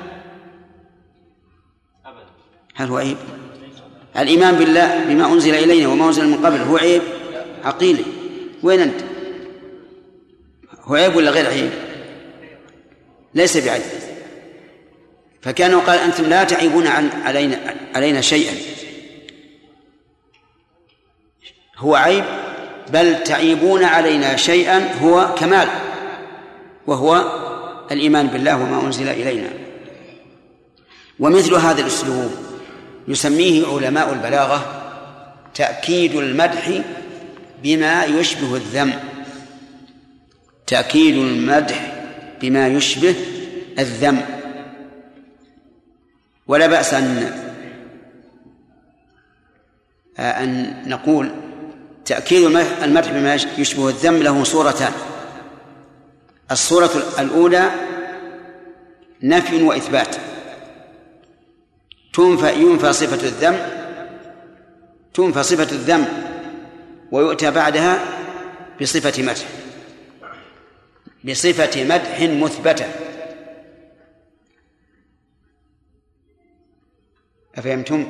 هل هو عيب؟ الإيمان بالله بما أنزل إلينا وما أنزل من قبل هو عيب عقيلي؟ وين أنت؟ هو عيب ولا غير عيب؟ ليس بعيب. فكانوا قال أنتم لا تعيبون عن علينا, علينا شيئا، هو عيب، بل تعيبون علينا شيئا هو كمال، وهو الإيمان بالله وما أنزل إلينا. ومثل هذا الأسلوب يسميه علماء البلاغة تأكيد المدح بما يشبه الذم. تأكيد المدح بما يشبه الذم. ولا بأس أن أن نقول تأكيد المدح بما يشبه الذم له صورتان. الصورة الأولى نفي وإثبات، تنفى ينفى صفة الذم تنفى صفة الذم ويؤتى بعدها بصفة مدح بصفة مدح مثبتة. أفهمتم؟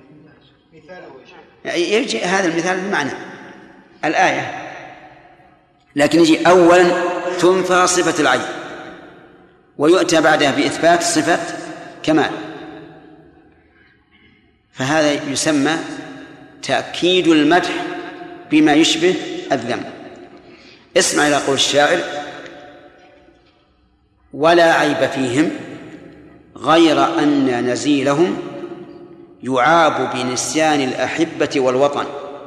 يجي هذا المثال بمعنى الآية، لكن يجي أولا تنفى صفة العين ويؤتى بعدها بإثبات صفة كمال، فهذا يسمى تأكيد المدح بما يشبه الذم. اسمع إلى قول الشاعر: ولا عيب فيهم غير أن نزيلهم يعاب بنسيان الأحبة والوطن.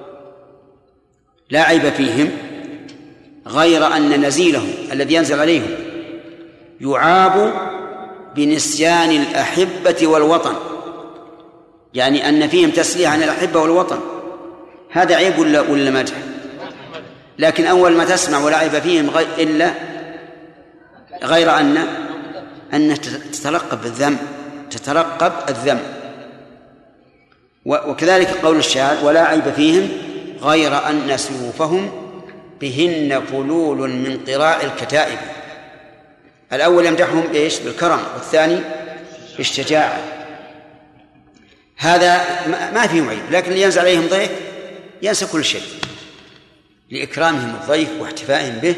لا عيب فيهم غير أن نزيلهم الذي ينزل عليهم يعاب بنسيان الأحبة والوطن، يعني أن فيهم تسليه عن الأحبة والوطن. هذا عيب ولا ولا مدح؟ لكن أول ما تسمع ولا عيب فيهم غير إلا غير أن أن تترقب الذم تترقب الذم. وكذلك قول الشاعر: ولا عيب فيهم غير أن سيوفهم بهن فلول من قراء الكتائب. الأول يمدحهم إيش؟ بالكرم، والثاني بالشجاعة. هذا ما فيهم عيب، لكن اللي ينزل عليهم ضيف ينسى كل شيء لإكرامهم الضيف واحتفائهم به.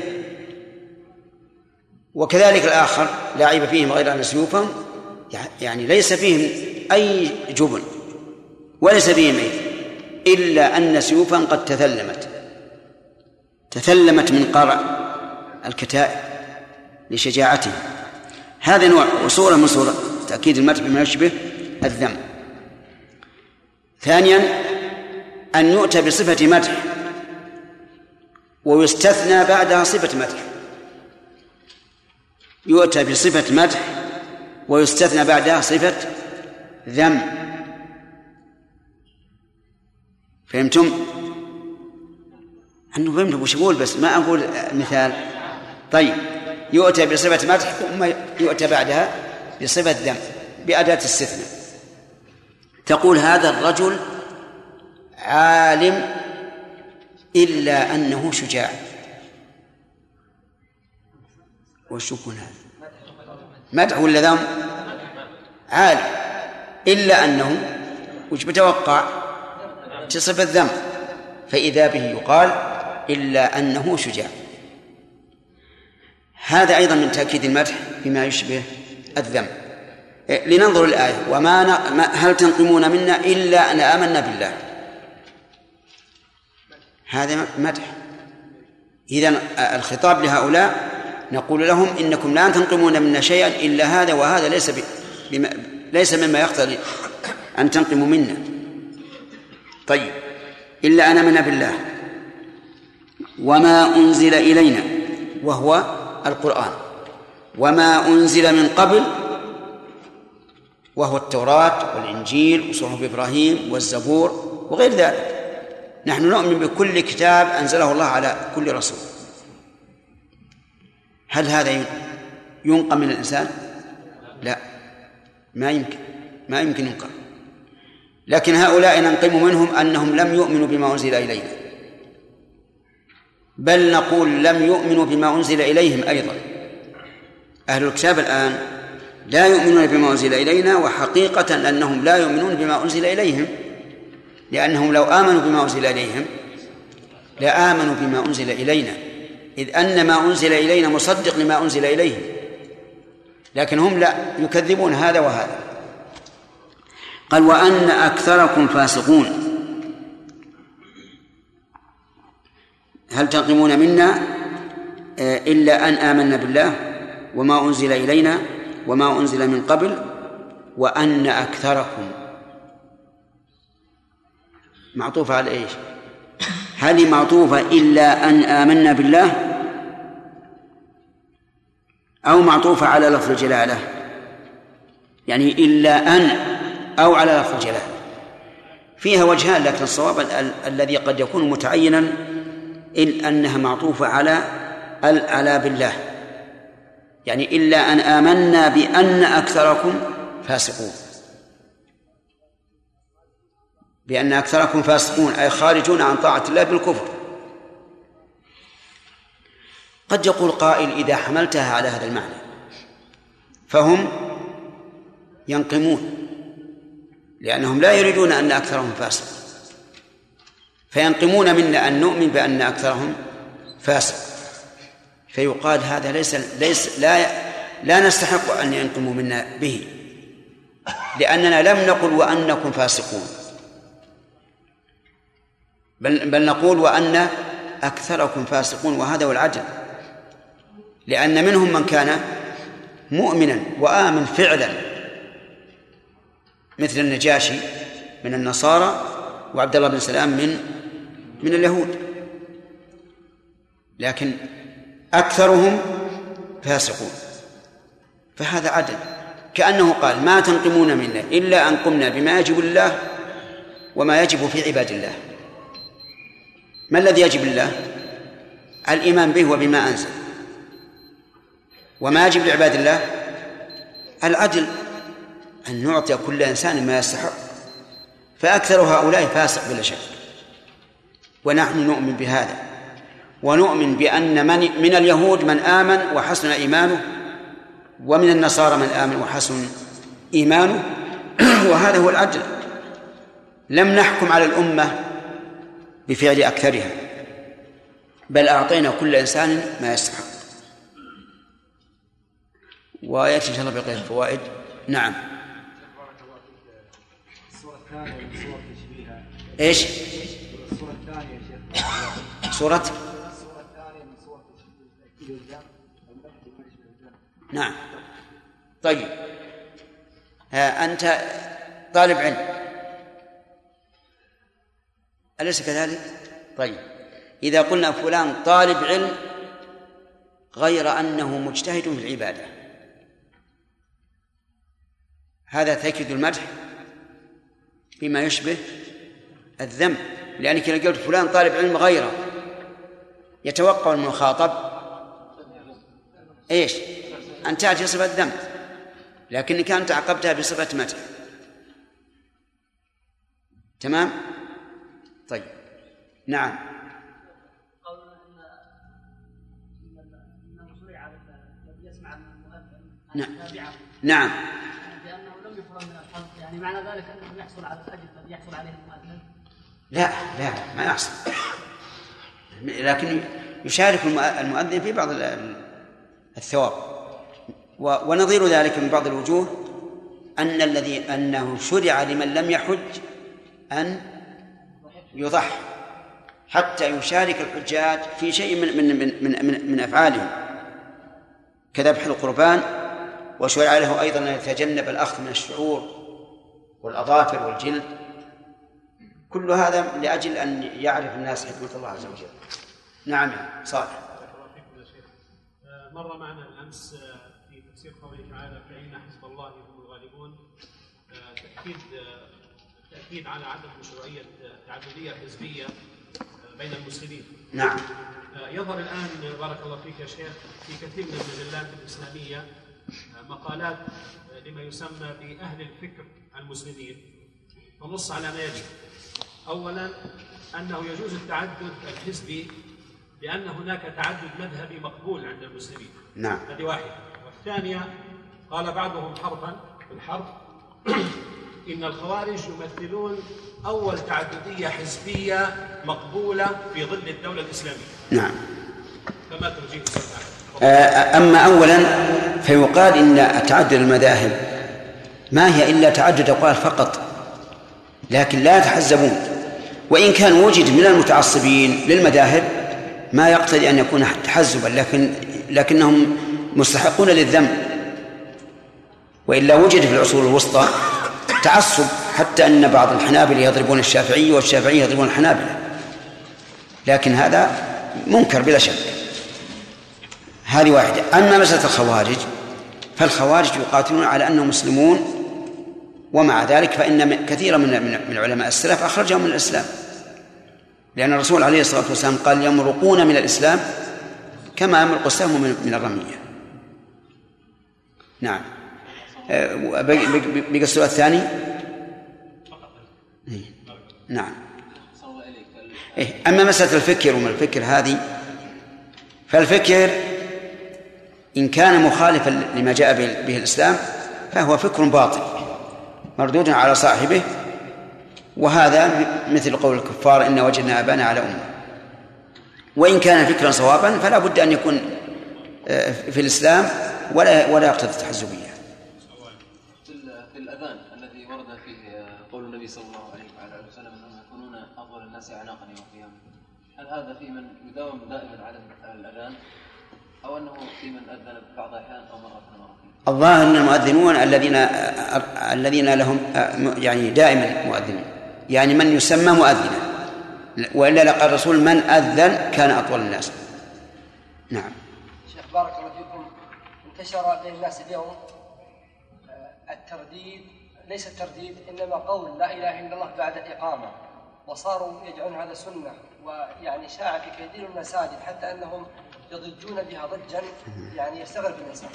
وكذلك الآخر: لا عيب فيهم غير أن سيوفهم، يعني ليس فيهم أي جبن وليس فيهم عيب، إلا أن سيوفهم قد تثلمت تثلمت من قرع الكتائب لشجاعتهم. هذا نوع وصورة من صورة تأكيد المدح بما يشبه الذم. ثانيا أن يؤتى بصفة مدح ويستثنى بعدها صفة مدح. يؤتى بصفة مدح ويستثنى بعدها صفة ذم. فهمتم؟ أنه فهمت وش أقول، بس ما أقول مثال. طيب، يؤتى بصفة مدح ثم يؤتى بعدها بصفة ذم بأداة استثناء. تقول: هذا الرجل عالم إلا أنه شجاع. وش يكون هذا؟ مدح ولا ذم؟ عالم إلا أنه وش بتوقع؟ تصفة ذم، فإذا به يقال إلا أنه شجاع. هذا أيضا من تأكيد المدح بما يشبه الذم. لننظر الآية: وما ن... هل تنقمون منا إلا أن آمنا بالله. هذا مدح. إذن الخطاب لهؤلاء نقول لهم: إنكم لا تنقمون منا شيئا إلا هذا، وهذا ليس ب... بما... ليس مما يقتضي أن تنقموا منا. طيب، إلا أن آمنا بالله. وما أنزل إلينا وهو القرآن، وما أنزل من قبل وهو التوراة والإنجيل وصحف إبراهيم والزبور وغير ذلك. نحن نؤمن بكل كتاب أنزله الله على كل رسول. هل هذا ينقم من الإنسان؟ لا، ما يمكن ما يمكن ينقم. لكن هؤلاء ننقم منهم أنهم لم يؤمنوا بما أنزل إلينا، بل نقول لم يؤمنوا بما أنزل إليهم أيضا. أهل الكتاب الآن لا يؤمنون بما أنزل إلينا، وحقيقة أنهم لا يؤمنون بما أنزل إليهم، لأنهم لو آمنوا بما أنزل إليهم لآمنوا بما أنزل إلينا، إذ أن ما أنزل إلينا مصدق لما أنزل إليهم، لكن هم لا يكذبون هذا وهذا. قال وأن أكثركم فاسقون. هل تنقمون منا إلا أن آمنا بالله وما أنزل إلينا وما أنزل من قبل وأن أكثركم معطوفة على إيش؟ هذه معطوفة إلا أن آمنا بالله أو معطوفة على لفظ الجلالة؟ يعني إلا أن أو على لفظ الجلالة. فيها وجهان، لكن الصواب ال- الذي قد يكون متعينا إن أنها معطوفة على على بالله، يعني إلا أن آمنا بأن أكثركم فاسقون، بأن أكثركم فاسقون أي خارجون عن طاعة الله بالكفر. قد يقول قائل إذا حملتها على هذا المعنى فهم ينقمون، لأنهم لا يريدون أن أكثرهم فاسق، فينقمون منا أن نؤمن بأن أكثرهم فاسق، فيقال هذا ليس ليس لا لا نستحق أن ينقموا منا به، لأننا لم نقل وأنكم فاسقون، بل, بل نقول وأن أكثركم فاسقون، وهذا هو العدل، لأن منهم من كان مؤمنا وآمن فعلا مثل النجاشي من النصارى وعبد الله بن سلام من من اليهود، لكن أكثرهم فاسقون، فهذا عدل. كأنه قال ما تنقمون منا إلا أن قمنا بما يجب لله وما يجب في عباد الله. ما الذي يجب لله؟ الإيمان به وبما أنزل. وما يجب لعباد الله العدل، أن نعطي كل إنسان ما يستحق، فأكثر هؤلاء فاسق بلا شك، ونحن نؤمن بهذا، ونؤمن بأن من, من اليهود من آمن وحسن إيمانه، ومن النصارى من آمن وحسن إيمانه، وهذا هو العدل. لم نحكم على الأمة بفعل أكثرها، بل أعطينا كل إنسان ما يستحق. ويأتي إن شاء الله بقية الفوائد. نعم. الصورة الثانية من صور تشبيهها إيش؟ الصورة الثانية يا شيخ. صورة الصورة الثانية من صور تشبيه الجمع والمدح بما يشبه الجمع. نعم. طيب ها أنت طالب علم أليس كذلك؟ طيب إذا قلنا فلان طالب علم غير أنه مجتهد في العبادة، هذا تأكيد المدح بما يشبه الذم، لأنك لو قلت فلان طالب علم غيره يتوقع المخاطب إيش؟ أن تأتي صفة ذم، لكنك أنت عقبتها بصفة مدح. تمام؟ طيب نعم. نعم نعم لأنه لم يفرغ من الحظ، يعني معنى ذلك أنه يحصل على الأجر الذي يحصل عليه المؤذن؟ لا لا ما يحصل، لكن يشارك المؤذن في بعض الثواب. ونظير ذلك من بعض الوجوه أن الذي أنه شرع لمن لم يحج أن يضحي حتى يشارك الحجاج في شيء من من من من, من, من أفعالهم كذبح القربان، وشرع له أيضا أن يتجنب الأخذ من الشعور والأظافر والجلد. كل هذا لأجل أن يعرف الناس حكمة الله عز وجل. نعم صالح. مر معنا الأمس في تفسير قوله تعالى فإن حزب الله هم الغالبون تأكيد تأكيد على عدم مشروعية تعددية حزبية بين المسلمين. نعم. يظهر الآن بارك الله فيك يا شيخ في كثير من المجلات الإسلامية مقالات لما يسمى بأهل الفكر المسلمين، فنص على ما يلي: أولا أنه يجوز التعدد الحزبي لأن هناك تعدد مذهبي مقبول عند المسلمين. نعم. هذه واحدة. والثانية قال بعضهم حرفا بالحرف إن الخوارج يمثلون أول تعددية حزبية مقبولة في ظل الدولة الإسلامية. نعم. فما ترجيه أستاذ؟ أما أولا فيقال إن تعدد المذاهب ما هي إلا تعدد أقوال فقط، لكن لا يتحزبون، وإن كان وجد من المتعصبين للمذاهب ما يقتضي أن يكون تحزبا، لكن لكنهم مستحقون للذم، وإلا وجد في العصور الوسطى تعصب، حتى أن بعض الحنابلة يضربون الشافعي والشافعي يضربون الحنابلة، لكن هذا منكر بلا شك. هذه واحدة. أما مسألة الخوارج فالخوارج يقاتلون على أنهم مسلمون، ومع ذلك فإن كثيرا من علماء السلف أخرجهم من الإسلام، لأن الرسول عليه الصلاة والسلام قال يمرقون من الإسلام كما يمرق السهم من الرمية. نعم. بقى السؤال الثاني. نعم. أما مسألة الفكر وما الفكر هذه، فالفكر إن كان مخالفا لما جاء به الإسلام فهو فكر باطل مردود على صاحبه، وهذا مثل قول الكفار إن وجدنا آباءنا على أمة. وإن كان فكرا صوابا فلا بد أن يكون في الإسلام ولا ولا يقتضي التحزبية. في الأذان الذي ورد فيه قول النبي صلى الله عليه وعلى وسلم أنهم يكونون أفضل الناس أعناقا يوم القيامة، هل هذا في من يداوم دائما على الأذان أو أنه في من أذن بعض الأحيان أو مرة مرتين؟ الظاهر أن المؤذنون الذين الذين لهم يعني دائما مؤذنين، يعني من يسمى مؤذنا، وإلا لقى الرسول من أذن كان أطول الناس. نعم. شيخ بارك الله فيكم، انتشر بين الناس اليوم الترديد، ليس الترديد إنما قول لا إله إلا الله بعد إقامة، وصاروا يجعلون هذا سنة، ويعني شاع في كثير من المساجد حتى أنهم يضجون بها ضجا يعني يستغرب الإنسان.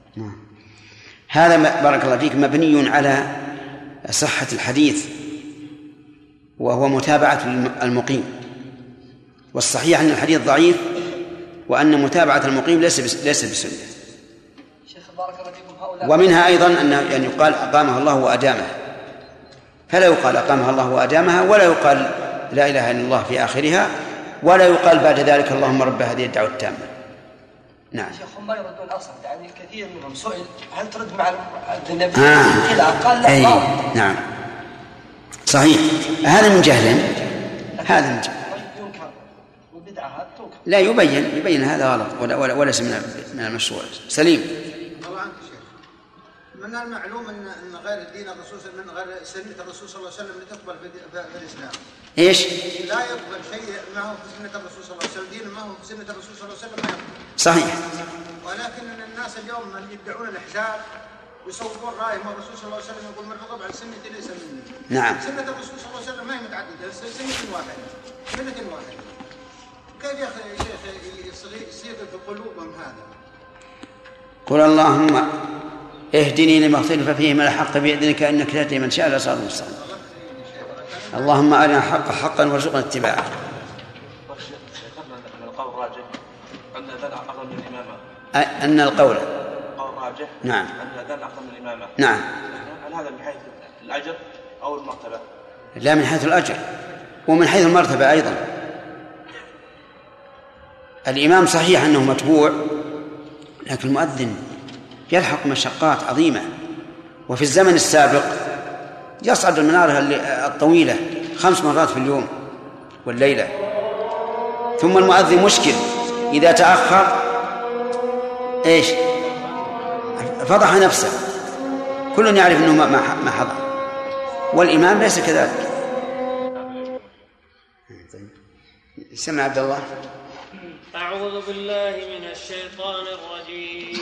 هذا بارك الله فيك مبني على صحة الحديث، وهو متابعة المقيم، والصحيح أن الحديث ضعيف، وأن متابعة المقيم ليس ليس بسنة. شيخ بارك الله فيكم، هؤلاء ومنها أيضا أنه يعني يقال أقامها الله وأدامها، فلا يقال أقامها الله وأدامها، ولا يقال لا إله إلا الله في آخرها، ولا يقال بعد ذلك اللهم رب هذه الدعوة التامة. نعم. شيخ هم ما يردون أصلا، يعني كثير منهم سئل هل ترد مع النبي؟ آه. قال لا. أي. نعم صحيح. هذا من جهل، هذا من جهل. لا يبين يبين هذا غلط ولا ولا وليس من من المشروع. سليم. الله عنك شيخ. من المعلوم ان ان غير الدين الرسول من غير سنة الرسول صلى الله عليه وسلم لتقبل في الإسلام. ايش؟ لا يقبل شيء ما هو في سنة الرسول صلى الله عليه وسلم، دين ما هو في سنة الرسول صلى الله عليه وسلم ما يقبل. صحيح. ولكن الناس اليوم من يدعون الإحزاب يصوبون رأيهم الرسول صلى الله عليه وسلم يقول من رغب عن سنتي ليس مني. نعم. سنة الرسول صلى الله عليه وسلم ما هي متعددة، سنة واحدة، ملة واحدة. كيف يا أخي شيخ يصير في قلوبهم هذا؟ قل اللهم اهدني لما اختلف فيه من الحق بإذنك إنك تهدي من شاء إلى صراط مستقيم. اللهم أرنا الحق حقا وارزقنا اتباعه. القول راجح أن الأذان أفضل من الإمامة. أن القول قول راجح. نعم. أن الأذان أفضل من الإمامة. نعم. هل هذا من حيث الأجر أو المرتبة؟ لا، من حيث الأجر ومن حيث المرتبة أيضا. الإمام صحيح أنه متبوع، لكن المؤذن يلحق مشقات عظيمة، وفي الزمن السابق يصعد المنارة الطويلة خمس مرات في اليوم والليلة، ثم المؤذن مشكل إذا تأخر إيش فضح نفسه، كل يعرف أنه ما حضر، والإمام ليس كذلك. سمع عبد الله. أعوذ بالله من الشيطان الرجيم.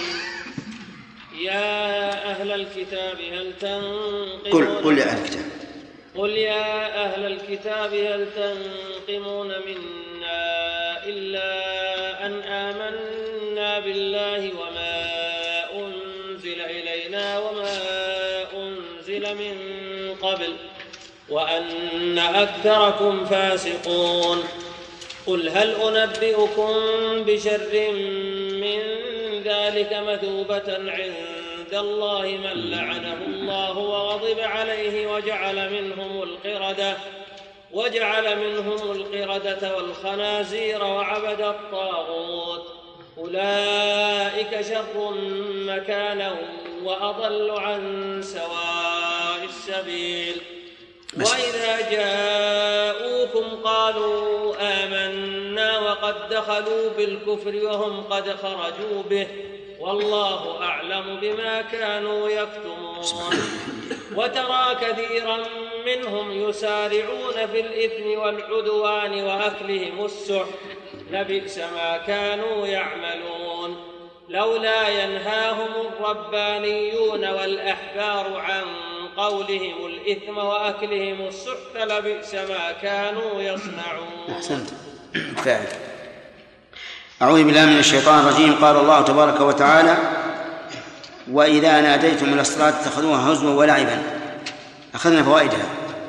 يا أهل الكتاب هل تنقمون قل قل يا أهل الكتاب قل يا أهل الكتاب هل تنقمون منا إلا أن آمنا بالله وما أنزل إلينا وما أنزل من قبل وأن أكثركم فاسقون. قل هل أنبئكم بشر من ذلك مثوبة عند الله من لعنه الله وغضب عليه وجعل منهم القردة وجعل منهم القردة والخنازير وعبد الطاغوت أولئك شر مكانا وأضل عن سواء السبيل. وإذا جاءوكم قالوا آمنا وقد دخلوا بالكفر وهم قد خرجوا به والله أعلم بما كانوا يكتمون. وترى كثيرا منهم يسارعون في الإثم والعدوان وأكلهم السحت لبئس ما كانوا يعملون. لولا ينهاهم الربانيون والأحبار عن قولهم الإثم وأكلهم السحت لبئس ما كانوا يصنعون. أحسنت فعلا. أعوذ بالله من الشيطان الرجيم. قال الله تبارك وتعالى: وإذا ناديتم إلى الصلاة اتخذوها هزوا ولعبا. أخذنا فوائدها.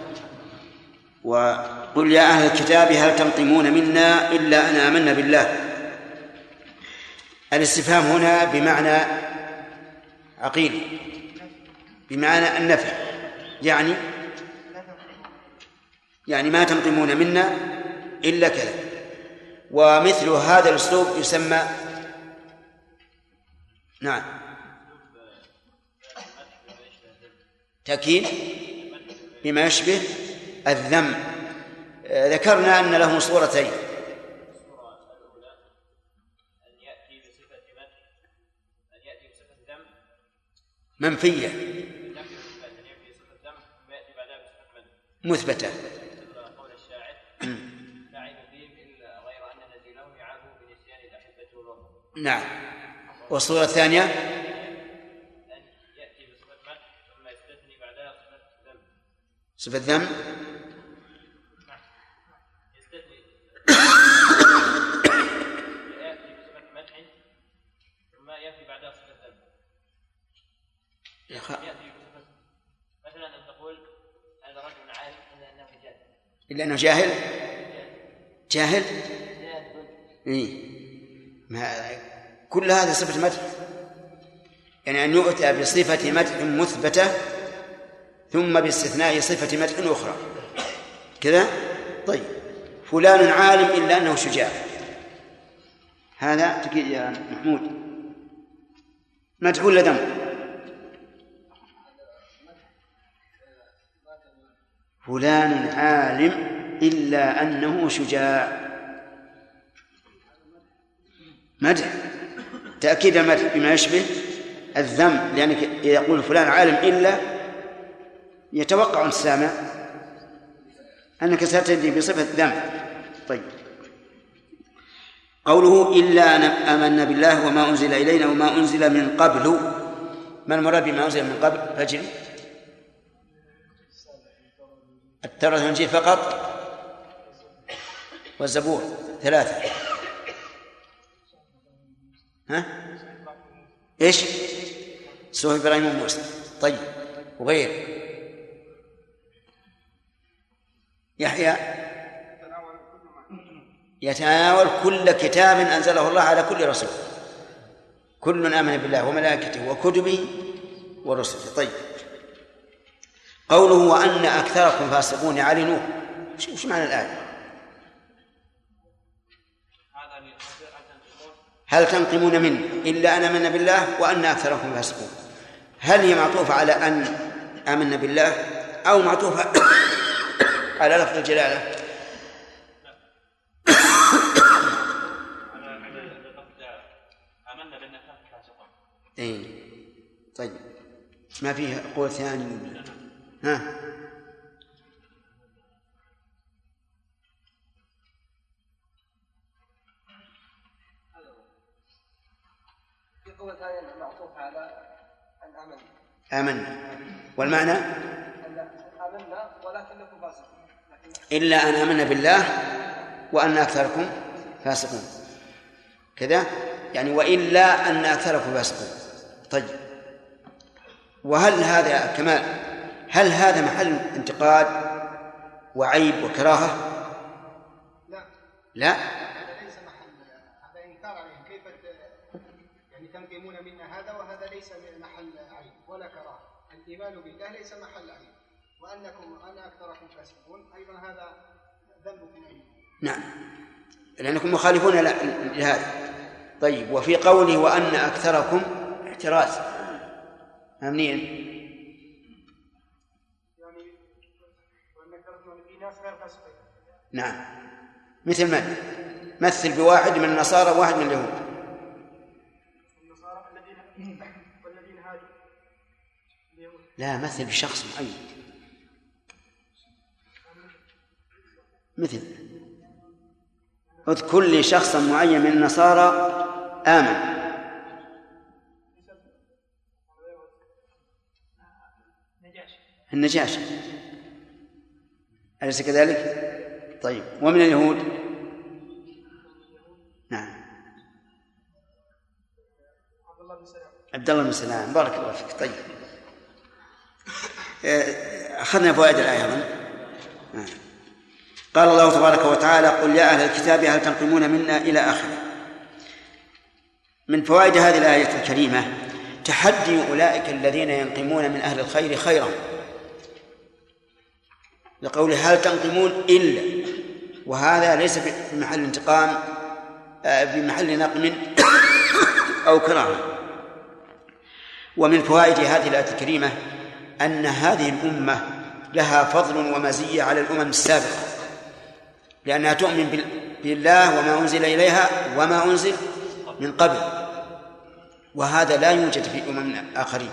وقل يا أهل الكتاب هل تنقمون منا إلا أن آمنا بالله. الاستفهام هنا بمعنى عقيل، بمعنى النفي، يعني يعني ما تنقمون منا إلا كذا. ومثل هذا الأسلوب يسمى نعم تأكيد بما يشبه الذم. ذكرنا أن له صورتين: منفية مثبتة. نعم. والصورة الثانية صفة ذم مثلا أن تقول هذا رجل عالم إلا أنه جاهل جاهل إيه؟ ما كل هذا صفة مدح، يعني أن يؤتى بصفة مدح مثبتة ثم باستثناء صفة مدح أخرى كذا. طيب، فلان عالم إلا أنه شجاع، هذا تقول يا محمود مدح ولا ذم؟ فلان عالم إلا أنه شجاع، مدح تأكيد المدح بما يشبه الذم، لأنك يقول فلان عالم إلا يتوقع السامع أنك ستأتي بصفة ذم. طيب، قوله إلا أن آمنا بالله وما أنزل إلينا وما أنزل من قبل، ما المراد بما أنزل من قبل؟ فجل التوراة والإنجيل فقط والزبور ثلاثة. ها؟ إيش؟ صحف إبراهيم وموسى. طيب، وغير يحيى يتناول كل كتاب أنزله الله على كل رسول، كل آمن بالله وملائكته وكتبه ورسله. طيب، قوله وأن أكثركم فاسقون على نوح، وش معنى الآية؟ هل تنقمون منه إلا أن آمنا بالله وأن أكثركم فاسقون، هل هي معطوفة على أن آمنا بالله أو معطوفة على لفظ الجلالة؟ إيه. طيب، ما فيه قول ثاني؟ ها؟ القول الثاني معطوف على أن آمنا. آمنا، والمعنى أن آمنا ولكنكم فاسقون. إلا أن آمنا بالله وأن أكثركم فاسقون، كذا يعني وإلا أن أكثركم فاسقون. طيب، وهل هذا كمال هل هذا محل انتقاد وعيب وكراهة؟ لا لا، هذا ليس محل، هذا إنكار عليهم. كيف يعني تنقمون منا هذا وهذا ليس محل عيب ولا كراهة. الإيمان بالله ليس محل عيب، وأنكم أنا أكثركم فاسقون أيضا هذا ذنبكم أيضا. نعم، لأنكم مخالفون لهذا. طيب، وفي قوله وأن أكثركم احتراز منين؟ يعني وأن أكثركم في ناس غير فاسقين. نعم، مثل من؟ مثل بواحد من النصارى وواحد من اليهود. النصارى الذين والذين هادوا. لا، مثل بشخص معين، مثل اذكر لي شخصا معين من النصارى آمن. النجاشي، أليس كذلك؟ طيب، ومن اليهود؟ نعم، عبد الله بن سلام، بارك الله فيك. طيب، أخذنا فوائد الآية أيضا. قال الله تبارك وتعالى قل يا أهل الكتاب هل تنقمون منا إلى آخره. من فوائد هذه الآية الكريمة تحدي أولئك الذين ينقمون من أهل الخير خيرا، لقول هل تنقمون إلا، وهذا ليس بمحل انتقام بمحل نقم أو كراهة. ومن فوائد هذه الآية الكريمة أن هذه الأمة لها فضل ومزية على الأمم السابقة، لأنها تؤمن بالله وما أنزل إليها وما أنزل من قبل، وهذا لا يوجد في أمم آخرين،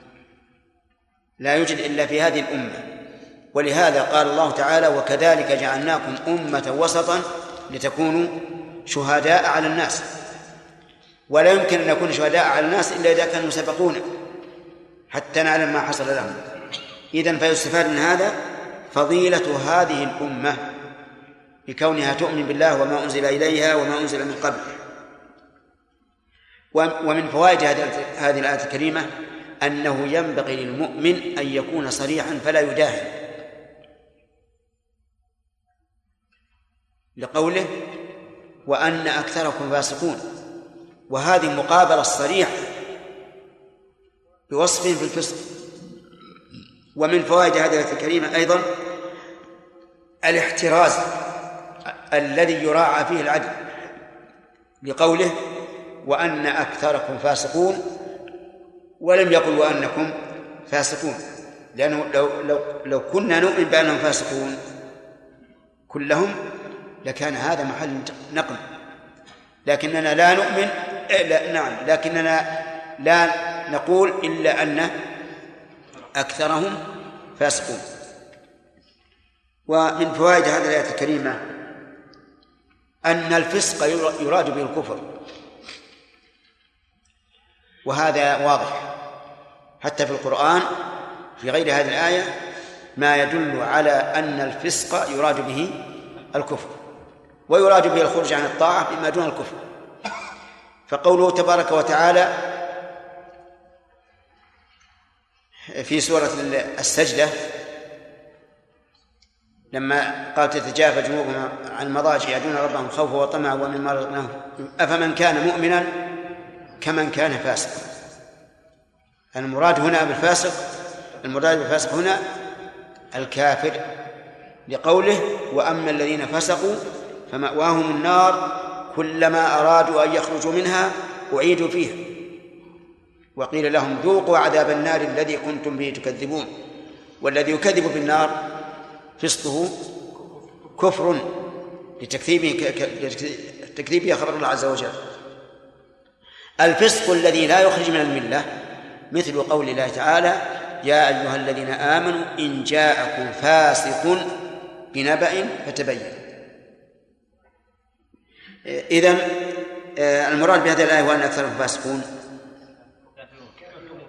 لا يوجد إلا في هذه الأمة. ولهذا قال الله تعالى وكذلك جعلناكم أمة وسطا لتكونوا شهداء على الناس. ولا يمكن أن نكون شهداء على الناس إلا إذا كانوا سبقونا حتى نعلم ما حصل لهم. إذن فيستفاد من هذا فضيلة هذه الأمة بكونها تؤمن بالله وما أنزل إليها وما أنزل من قبل. ومن فوائد هذه الآية الكريمة أنه ينبغي للمؤمن أن يكون صريحا فلا يداهن، لقوله وأن أكثركم فاسقون، وهذه مقابلة الصريح بوصف في الفسق. ومن فوائد هذه الآية الكريمة أيضا الاحتراز الذي يراعى فيه العدل، لقوله وأن أكثركم فاسقون، ولم يقل وأنكم فاسقون، لأنه لو, لو, لو كنا نؤمن بأنهم فاسقون كلهم لكان هذا محل نقم، لكننا لا نؤمن لا نعم لكننا لا نقول إلا أن أكثرهم فاسقون. ومن فوائد هذه الآية الكريمة أن الفسق يراد به الكفر، وهذا واضح حتى في القرآن في غير هذه الآية ما يدل على أن الفسق يراد به الكفر، ويراد به الخروج عن الطاعة بما دون الكفر. فقوله تبارك وتعالى في سورة السجدة لما قال تتجافى جنوبهم عن المضاجع يدعون ربهم خوفا وطمعا ومما رزقناهم أفمن كان مؤمنا كمن كان فاسقا. المراد هنا بالفاسق المراد بالفاسق هنا الكافر، لقوله وأما الذين فسقوا فمأواهم النار كلما أرادوا أن يخرجوا منها أعيدوا فيها وقيل لهم ذوقوا عذاب النار الذي كنتم به تكذبون. والذي يكذب بالنار فسقه كفر لتكذيبه خبر الله عز وجل. الفسق الذي لا يخرج من الملة مثل قول الله تعالى يا أيها الذين آمنوا إن جاءكم فاسق بنبأ فتبين. إذن المراد بهذه الآية وأن أكثرهم فاسقون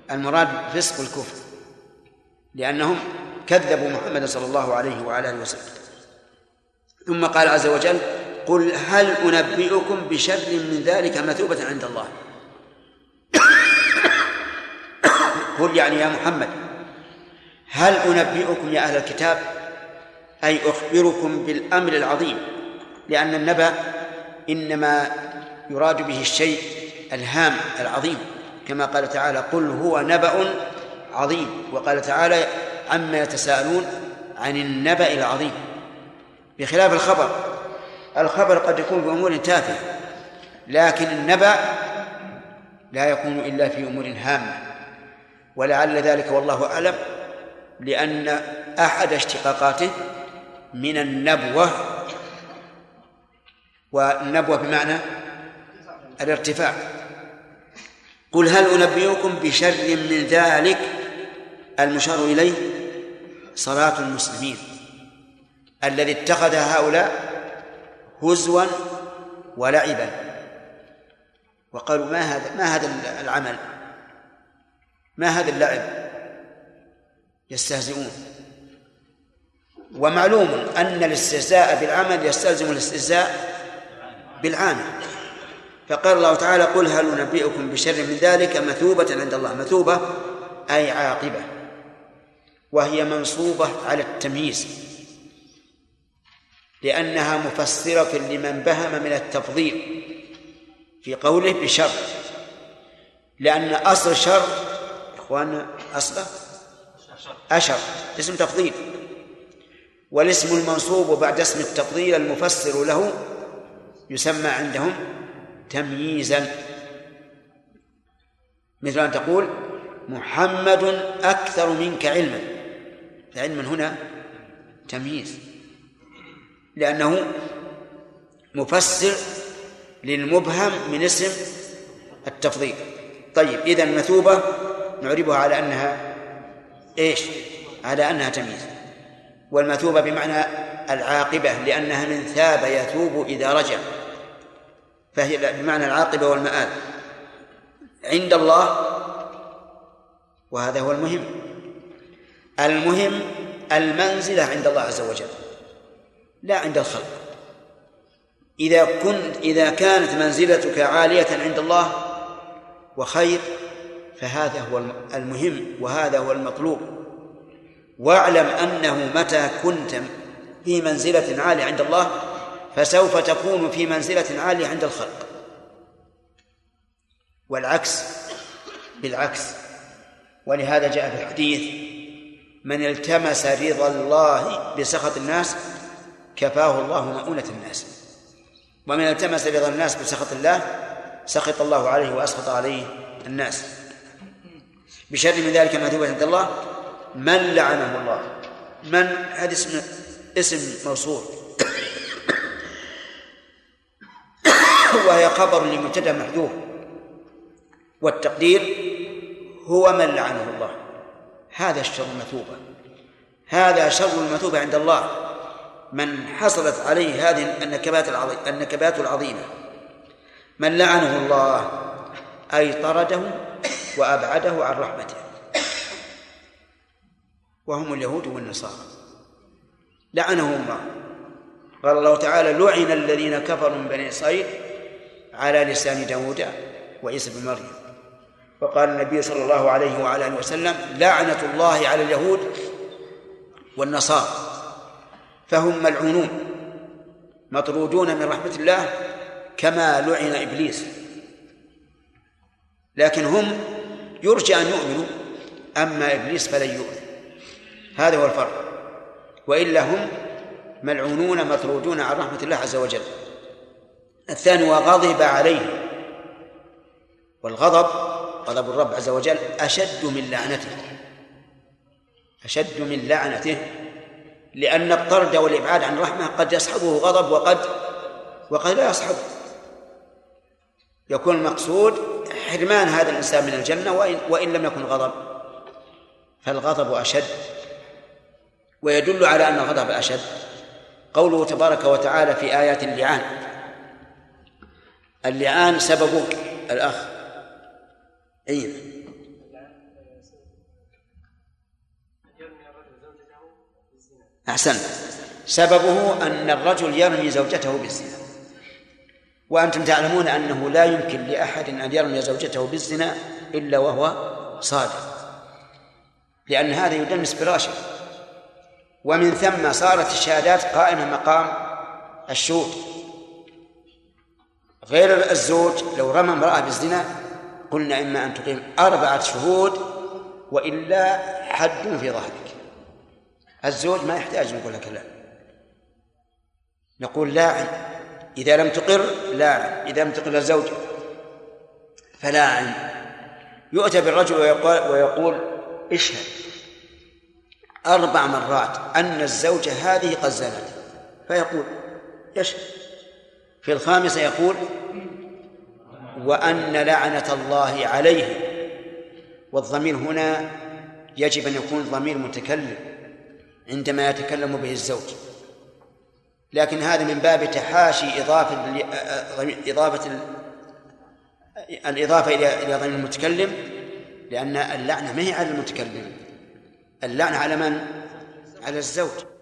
المراد فسق الكفر، لأنهم كذبوا محمد صلى الله عليه وعلى آله وسلم. ثم قال عز وجل: قل هل أنبئكم بشر من ذلك مثوبة عند الله. قل يعني يا محمد هل أنبئكم يا أهل الكتاب، أي أخبركم بالأمر العظيم، لأن النبأ إنما يراد به الشيء الهام العظيم، كما قال تعالى: قل هو نبأ عظيم. وقال تعالى: عما يتساءلون عن النبأ العظيم، بخلاف الخبر. الخبر قد يكون بأمور تافهة، لكن النبأ لا يكون إلا في أمور هامة، ولعل ذلك والله أعلم لأن أحد اشتقاقاته من النبوة، والنبوة بمعنى الارتفاع. قل هل أنبئكم بشر من ذلك، المشار إليه صلاة المسلمين الذي اتخذها هؤلاء هزوا ولعبا، وقالوا ما هذا ما هذا العمل، ما هذا اللعب، يستهزئون. ومعلوم أن الاستهزاء بالعمل يستلزم الاستهزاء بالعامل، فقال الله تعالى: قل هل ننبئكم بشر من ذلك مثوبة عند الله. مثوبة أي عاقبة، وهي منصوبة على التمييز، لأنها مفسرة لمن بهم من التفضيل في قوله بشر، لأن أصل شر إخواننا أصله أشر، اسم تفضيل، والاسم المنصوب بعد اسم التفضيل المفسر له يسمى عندهم تمييزا، مثل أن تقول: محمد أكثر منك علما، فعلما هنا تمييز، لأنه مفسر للمبهم من اسم التفضيل. طيب، إذن مثوبة نعربها على أنها إيش؟ على أنها تمييز. والمثوبة بمعنى العاقبة، لأنها من ثاب يثوب إذا رجع، فهي بمعنى العاقبة والمآل عند الله. وهذا هو المهم. المهم المنزلة عند الله عز وجل، لا عند الخلق. إذا كنت إذا كانت منزلتك عالية عند الله وخير، فهذا هو المهم وهذا هو المطلوب. واعلم أنه متى كنت في منزلة عالية عند الله فسوف تكون في منزلة عالية عند الخلق، والعكس بالعكس. ولهذا جاء في الحديث: من التمس رضا الله بسخط الناس كفاه الله مؤونة الناس، ومن التمس رضا الناس بسخط الله سخط الله عليه وأسخط عليه الناس. بشر من ذلك مثوبة عند الله من لعنه الله. من هذا اسم اسم موصول وهي خبر لمبتدأ محذوف، والتقدير هو من لعنه الله. هذا الشر المثوبة، هذا شر المثوبة عند الله، من حصلت عليه هذه النكبات العظيمة النكبات العظيمة. من لعنه الله أي طرده وأبعده عن رحمته، وهم اليهود والنصارى. لعنهم الله. قال الله تعالى: لعن الذين كفروا من بني إسرائيل على لسان داود وعيسى بن مريم. وقال النبي صلى الله عليه وعلى آله وسلم: لعنة الله على اليهود والنصارى، فهم ملعونون مطرودون من رحمة الله كما لعن إبليس. لكن هم يرجى أن يؤمنوا، أما إبليس فلن يؤمن. هذا هو الفرق. وإلا هم ملعونون مطرودون عن رحمة الله عز وجل. الثاني: وغضب عليه. والغضب غضب الرب عز وجل أشد من لعنته، أشد من لعنته، لأن الطرد والإبعاد عن رحمة قد يصحبه غضب وقد وقد لا يصحبه. يكون المقصود حرمان هذا الإنسان من الجنة وإن, وإن لم يكن غضب، فالغضب أشد. ويدل على أن الغضب أشد قوله تبارك وتعالى في آيات اللعان. اللعان سببه الأخ أين أحسنت. سببه أن الرجل يرمي زوجته بالزنا، وأنتم تعلمون أنه لا يمكن لأحد أن يرمي زوجته بالزنا إلا وهو صادق، لأن هذا يدنس براشه، ومن ثم صارت الشهادات قائمة مقام الشهود. غير الزوج لو رمى امرأة بالزنا قلنا إما أن تقيم أربعة شهود وإلا حد في ظهرك. الزوج ما يحتاج نقول لك لا، نقول لاعن، إذا لم تقر لاعن، إذا لم تقر الزوجة فلاعن. يؤتى بالرجل ويقول, ويقول اشهد أربع مرات أن الزوجة هذه قد زنت، فيقول يشهد. في الخامسة يقول وأن لعنة الله عليه، والضمير هنا يجب أن يكون ضمير متكلم عندما يتكلم به الزوج، لكن هذا من باب تحاشي إضافة إضافة الإضافة إلى ضمير المتكلم، لأن اللعنة ما هي على المتكلم، اللعنة على من؟ على الزوج.